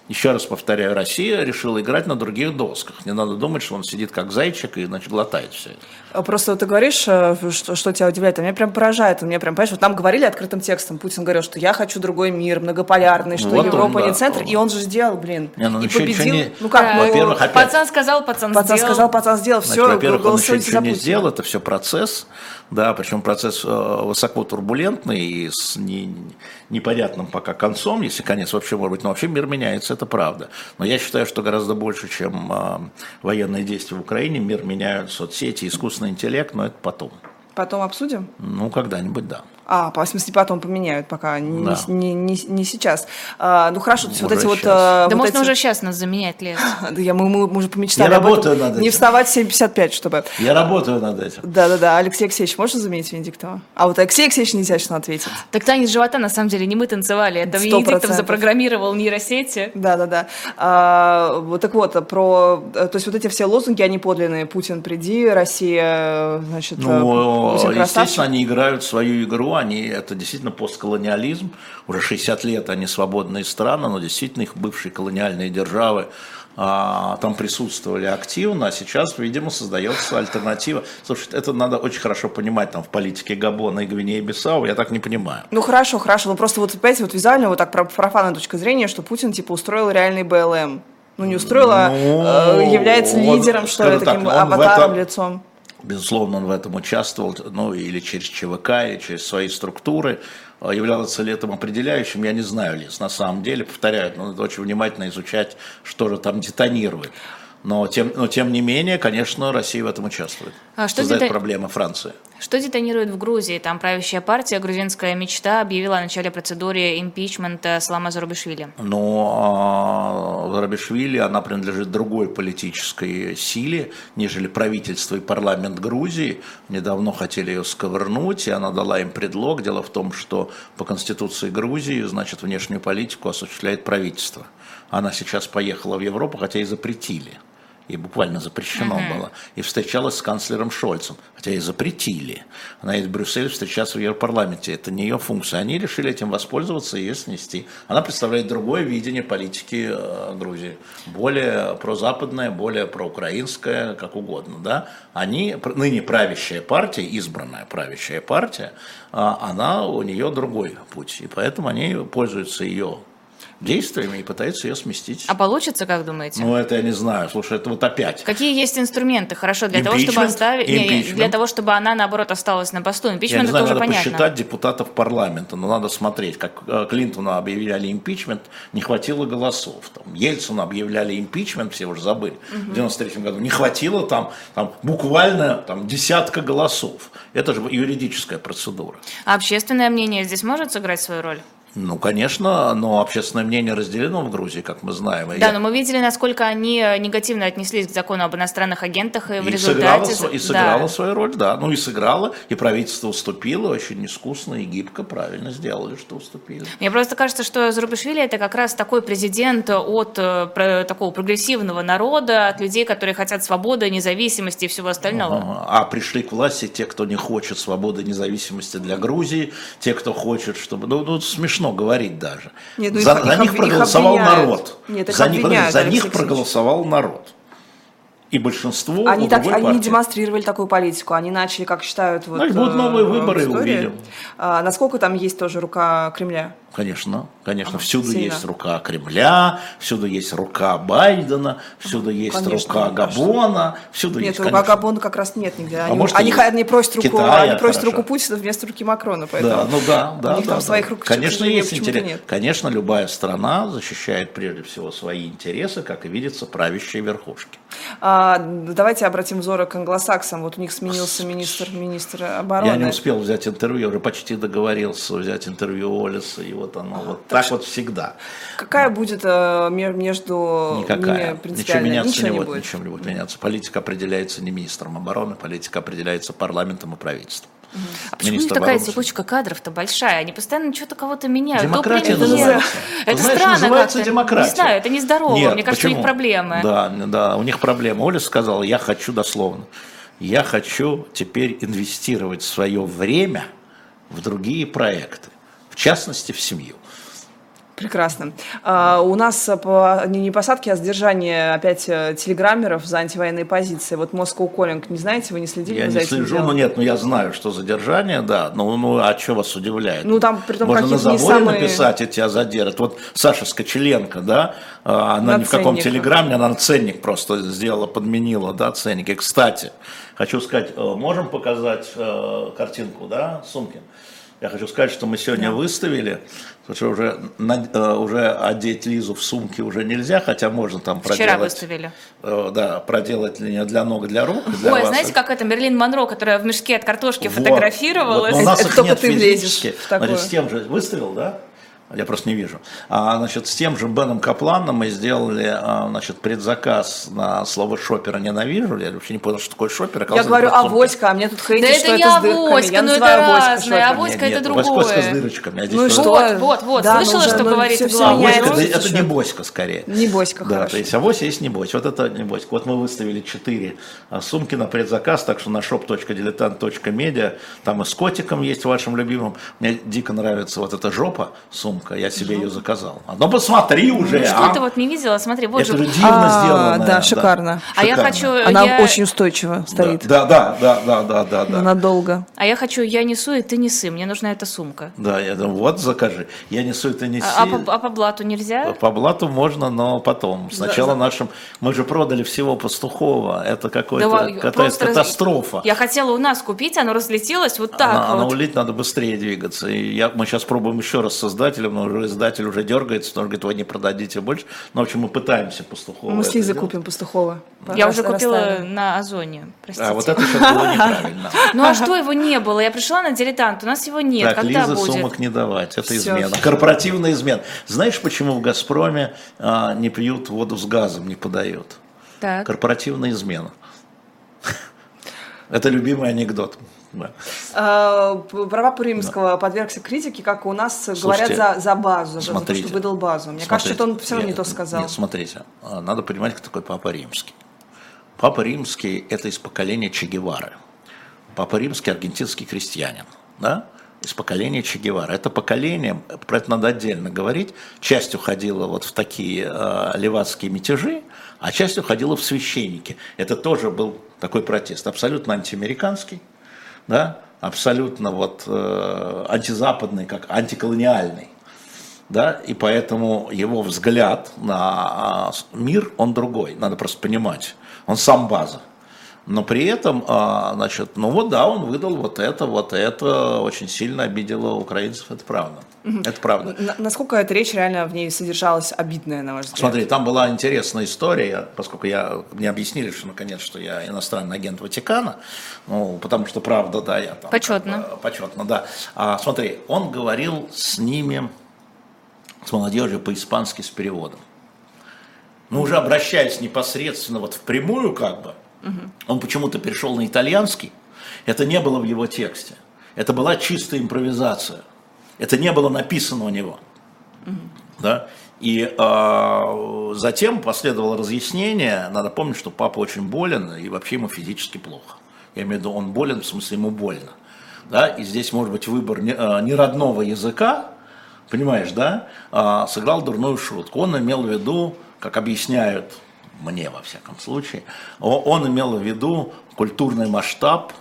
Еще раз повторяю, Россия решила играть на других досках. Не надо думать, что он сидит как зайчик и, значит, глотает все это. Просто ты говоришь, что тебя удивляет, а меня прям поражает, понимаешь, вот нам говорили открытым текстом, Путин говорил, что я хочу другой мир, многополярный, что вот Европа не центр, и он же сделал, и победил. Во-первых, опять... Пацан сказал, пацан сделал. Пацан сделал, все, во-первых, он еще ничего не сделал, это все процесс, да, причем процесс высоко турбулентный и с непонятным пока концом, если конец вообще может быть, но вообще мир меняется, это правда. Но я считаю, что гораздо больше, чем военные действия в Украине, мир меняют соцсети, искусственный интеллект, но это потом. Потом обсудим? Ну, когда-нибудь, да. В смысле, потом поменяют, пока не сейчас. Ну, хорошо, то есть вот эти вот... Да можно уже сейчас нас заменять, Лес. Да, мы уже помечтали об этом. Я работаю над этим. Не вставать в 7:55, чтобы... Я работаю над этим. Да. Алексей Алексеевич, можно заменить Венедиктова? А вот Алексей Алексеевич неизящно ответит. Так танец живота, на самом деле, не мы танцевали. Это Венедиктов запрограммировал нейросети. Да. Так вот, то есть вот эти все лозунги, они подлинные. Путин, приди, Россия, значит, Путин красавчик. Естественно, они играют свою игру, это действительно постколониализм, уже 60 лет они свободные страны, но действительно их бывшие колониальные державы там присутствовали активно, а сейчас, видимо, создается альтернатива. Слушай, это надо очень хорошо понимать там в политике Габона и Гвинеи-Бисау, я так не понимаю. Ну хорошо, ну просто вот опять вот визуально, вот так профанная точка зрения, что Путин типа устроил реальный БЛМ. Ну не устроил, является лидером, что ли, таким аватаром, лицом. Безусловно, он в этом участвовал, или через ЧВК, или через свои структуры. Являлся ли этим определяющим, я не знаю, Лиз. На самом деле, повторяю, надо очень внимательно изучать, что же там детонирует. Но тем не менее, конечно, Россия в этом участвует. Создает проблемы Франции. Что детонирует в Грузии? Там правящая партия «Грузинская мечта» объявила о начале процедуры импичмента Салама Зурабишвили. Но Зурабишвили, она принадлежит другой политической силе, нежели правительство и парламент Грузии. Недавно хотели ее сковырнуть, и она дала им предлог. Дело в том, что по Конституции Грузии, значит, внешнюю политику осуществляет правительство. Она сейчас поехала в Европу, хотя и запретили. Ей буквально запрещено было. И встречалась с канцлером Шольцем, хотя и запретили. Она едет в Брюссель встречаться в Европарламенте. Это не ее функция. Они решили этим воспользоваться и ее снести. Она представляет другое видение политики Грузии. Более прозападное, более проукраинское, как угодно. Да? Ныне правящая партия, избранная правящая партия, у нее другой путь. И поэтому они пользуются ее действиями и пытаются ее сместить. А получится, как думаете? Это я не знаю. Слушай, это вот опять. Какие есть инструменты? Хорошо, для того, чтобы оставить... для того, чтобы она, наоборот, осталась на посту. Импичмент, это уже понятно. Надо посчитать депутатов парламента, но надо смотреть, как Клинтону объявляли импичмент, не хватило голосов. Ельцину объявляли импичмент, все уже забыли, в 93 году. Не хватило там буквально десятка голосов. Это же юридическая процедура. А общественное мнение здесь может сыграть свою роль? Конечно, но общественное мнение разделено в Грузии, как мы знаем. Да, но мы видели, насколько они негативно отнеслись к закону об иностранных агентах, и в результате... Сыграла свою роль, да. И сыграла, и правительство уступило, очень искусно и гибко, правильно сделали, что уступили. Мне просто кажется, что Зурабишвили это как раз такой президент от такого прогрессивного народа, от людей, которые хотят свободы, независимости и всего остального. А пришли к власти те, кто не хочет свободы, независимости для Грузии, те, кто хочет, чтобы... смешно говорить даже. Нет, за них проголосовал народ. Нет, за них проголосовал народ. И большинство... Они не демонстрировали такую политику, они начали, как считают... Будут новые выборы, увидим. Насколько там есть тоже рука Кремля? Конечно. Всюду сильно есть рука Кремля, всюду есть рука Байдена, всюду есть рука Габона. Всюду нет, есть, рука Габона как раз нет нигде. Они просят руку Путина вместо руки Макрона. Поэтому да. У них там своих рук, конечно, есть интерес. Конечно, любая страна защищает прежде всего свои интересы, как и видится, правящие верхушки. Давайте обратим взоры к англосаксам. Вот у них сменился министр обороны. Я не успел взять интервью, уже почти договорился взять интервью Уоллеса, и вот оно так вот всегда. Какая будет между ними принципиальная? Ничего не будет меняться. Политика определяется не министром обороны, политика определяется парламентом и правительством. А почему такая текучка кадров-то большая? Они постоянно что-то кого-то меняют. Демократия называется. Это странно. Называется демократия. Не знаю, это нездорово. Мне кажется, у них проблемы. Да, у них проблемы. Оля сказала, я хочу теперь инвестировать свое время в другие проекты, в частности, в семью. Прекрасно. У нас не посадки, а сдержание опять телеграммеров за антивоенные позиции. Вот Moscow Calling, не знаете, вы не следили? Я не слежу, я знаю, что задержание, да. А что вас удивляет? Там при том можно на какие-то заборе не самые... написать, и тебя задержат. Вот Саша Скочеленко, да, она ни в каком телеграме, она ценник просто сделала, подменила, да, ценник. И, кстати, хочу сказать, можем показать картинку, да, сумки? Я хочу сказать, что мы сегодня выставили, потому что уже одеть Лизу в сумки уже нельзя, хотя можно там проделать. Вчера выставили. Да, проделать линию для ног, для рук. Для Ой, вас. знаете, как это Мерлин Монро, которая в мешке от картошки фотографировалась. Вот, у нас это нет ты влезешь физически. в такое. Значит, с тем же выставил, да? Я просто не вижу. Значит, с тем же Беном Капланом мы сделали, предзаказ на слово «шопера» ненавижу. Я вообще не понял, что такое «шопер». Я говорю «авоська», а мне тут хейтят, что это с дырками. Авоська, я называю это разное, авоська это другое. Авоська с дырочками. Вот, слышала, что говорит главное? Это не боська скорее. Не боська, да, хорошо. То есть авось есть не бось. Вот это не боська. Вот мы выставили 4 сумки на предзаказ, так что на shop.diletant.media, там и с котиком есть вашим любимым. Мне дико нравится вот эта жопа сумка, я себе ее заказал. Посмотри уже, Что ты вот не видела? Смотри, вот это же. же дивно сделано. Да, шикарно. А я хочу... Она очень устойчиво стоит. Да. Надолго. А я хочу «я несу, и ты несы». Мне нужна эта сумка. Да, я думаю, вот закажи. Я несу, и ты неси. А по блату нельзя? По блату можно, но потом. Сначала мы же продали всего Пастухова. Это какая-то катастрофа. Я хотела у нас купить, оно разлетелось вот так Она вот. улить, надо быстрее двигаться. Мы сейчас пробуем еще раз с издателем, но уже издатель уже дергается, потому что говорит, вы не продадите больше. Ну, в общем, мы пытаемся Пастухова. Мы с Лизой купим Пастухова. Я уже купила на Озоне, простите. Вот это сейчас было неправильно. Ну а что его не было? Я пришла на «Дилетант», у нас его нет. Так, когда Лиза будет? сумок не давать, это измена. Корпоративная измена. Знаешь, почему в «Газпроме» не пьют воду с газом, не подают? Так. Корпоративная измена. Это любимый анекдот. Да. Папа Римского подвергся критике, как у нас говорят за базу, за то, что выдал базу. Мне кажется, что он все равно не то сказал. Нет, смотрите, надо понимать, кто такой Папа Римский. Папа Римский – это из поколения Че Гевары. Папа Римский – аргентинский крестьянин, да? Из поколения Че Гевары. Это поколение, про это надо отдельно говорить, часть уходила вот в такие левацкие мятежи, а часть уходила в священники. Это тоже был такой протест, абсолютно антиамериканский, да? Абсолютно антизападный, как антиколониальный. Да? И поэтому его взгляд на мир, он другой, надо просто понимать. Он сам база. Но при этом, он выдал вот это очень сильно обидело украинцев, это правда. Это правда. Насколько эта речь реально в ней содержалась обидная, на ваш взгляд? Смотри, там была интересная история, поскольку мне объяснили, что наконец, что я иностранный агент Ватикана, потому что правда, да, я там... Почетно. Почетно, да. Смотри, он говорил с ними, с молодежью по-испански с переводом. Уже обращаясь непосредственно впрямую он почему-то перешел на итальянский, это не было в его тексте, это была чистая импровизация, это не было написано у него, да? И затем последовало разъяснение, надо помнить, что папа очень болен и вообще ему физически плохо, я имею в виду, он болен, в смысле ему больно, да? И здесь может быть выбор не родного языка, понимаешь, да, сыграл дурную шутку, он имел в виду, как объясняют мне, во всяком случае, он имел в виду культурный масштаб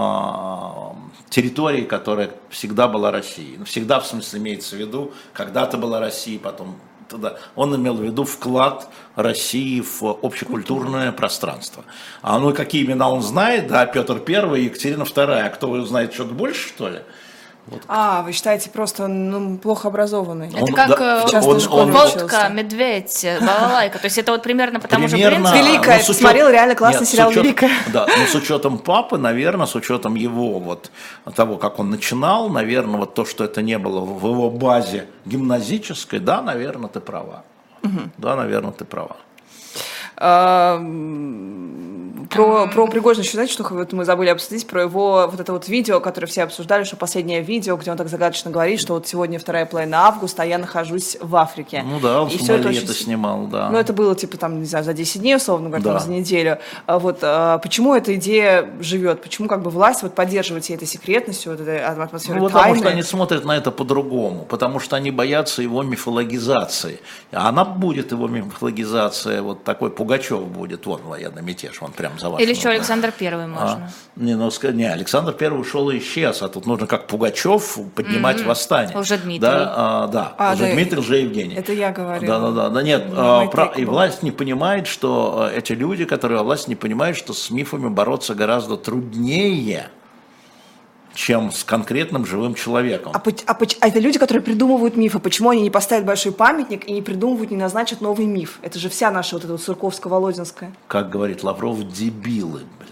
территории, которая всегда была Россией. Всегда, в смысле, имеется в виду, когда-то была Россия, потом туда. Он имел в виду вклад России в общекультурное пространство. Какие имена он знает, да, Петр I и Екатерина II, а кто знает что-то больше, что ли? Вы считаете просто плохо образованный? Это как водка, медведь, балалайка. То есть это примерно по тому же принципу. Великая, я посмотрел реально классный сериал «Великая». Да, но с учетом папы, наверное, с учетом его того, как он начинал, наверное, то, что это не было в его базе гимназической, да, наверное, ты права. Да, наверное, ты права. Про Пригожина еще, знаете, что вот мы забыли обсудить, про его вот это вот видео, которое все обсуждали, что последнее видео, где он так загадочно говорит, что вот сегодня 2 половина августа, а я нахожусь в Африке. Ну да, он и в Сомали это снимал, да. Ну это было типа там, не знаю, за 10 дней, условно говоря, там, за неделю. Вот почему эта идея живет? Почему как бы власть вот поддерживает всей этой секретностью, вот этой атмосферой тайны? Потому что они смотрят на это по-другому, потому что они боятся его мифологизации. А она будет его мифологизация, вот такой Пугачев будет, вон военный мятеж, он прям за вас. Или еще Александр Первый можно. Не, Александр Первый ушел и исчез, а тут нужно как Пугачев поднимать восстание. Уже Дмитрий. Да, уже Дмитрий, уже Евгений. Это я говорила. Да, нет, и власть не понимает, что эти люди, которые во власти, не понимают, что с мифами бороться гораздо труднее, чем с конкретным живым человеком. А это люди, которые придумывают мифы. Почему они не поставят большой памятник и не придумывают, не назначат новый миф? Это же вся наша вот эта вот Сурковско-Володинская. Как говорит Лавров, дебилы, бля.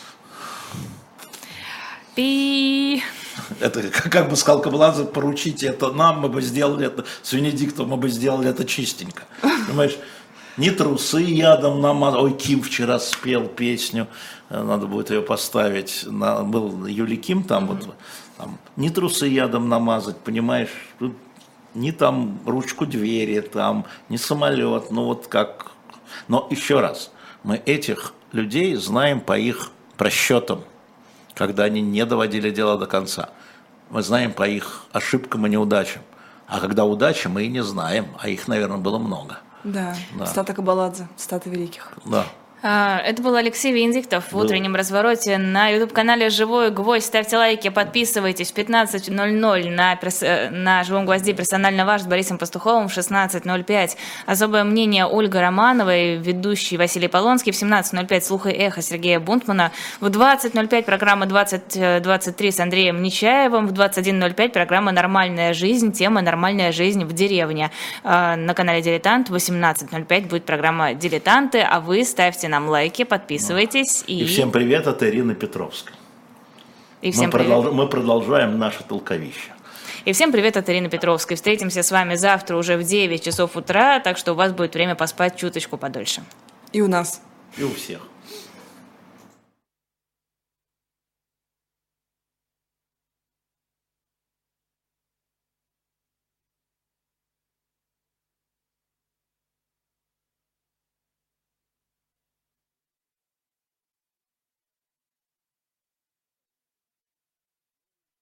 Это, как бы сказал Кобыладзе, поручите это нам, мы бы сделали это, с Венедиктом мы бы сделали это чистенько. Понимаешь? Не трусы ядом намазать. Ой, Ким вчера спел песню, надо будет ее поставить. Был Юлий Ким там, там, не трусы ядом намазать, понимаешь? Не там ручку двери, там, не самолет, ну вот как. Но еще раз, мы этих людей знаем по их просчетам, когда они не доводили дело до конца. Мы знаем по их ошибкам и неудачам. А когда удачи, мы и не знаем, а их, наверное, было много. Да. Стата Кобыладзе, стата великих. Да. Это был Алексей Венедиктов в утреннем развороте на YouTube-канале «Живой гвоздь». Ставьте лайки, подписывайтесь. В 15:00 на «Живом гвозде» персонально ваш с Борисом Пастуховым. В 16:05 особое мнение Ольга Романовой, ведущий Василий Полонский. В 17:05 «Слух и эхо» Сергея Бунтмана. В 20:05 программа «2023» с Андреем Нечаевым. В 21:05 программа «Нормальная жизнь». Тема «Нормальная жизнь в деревне». На канале «Дилетант» в 18:05 будет программа «Дилетанты», а вы ставьте нам лайки, подписывайтесь. И всем привет от Ирины Петровской. Мы продолжаем наше толковище. И всем привет от Ирины Петровской. Встретимся с вами завтра уже в 9 часов утра, так что у вас будет время поспать чуточку подольше. И у нас. И у всех.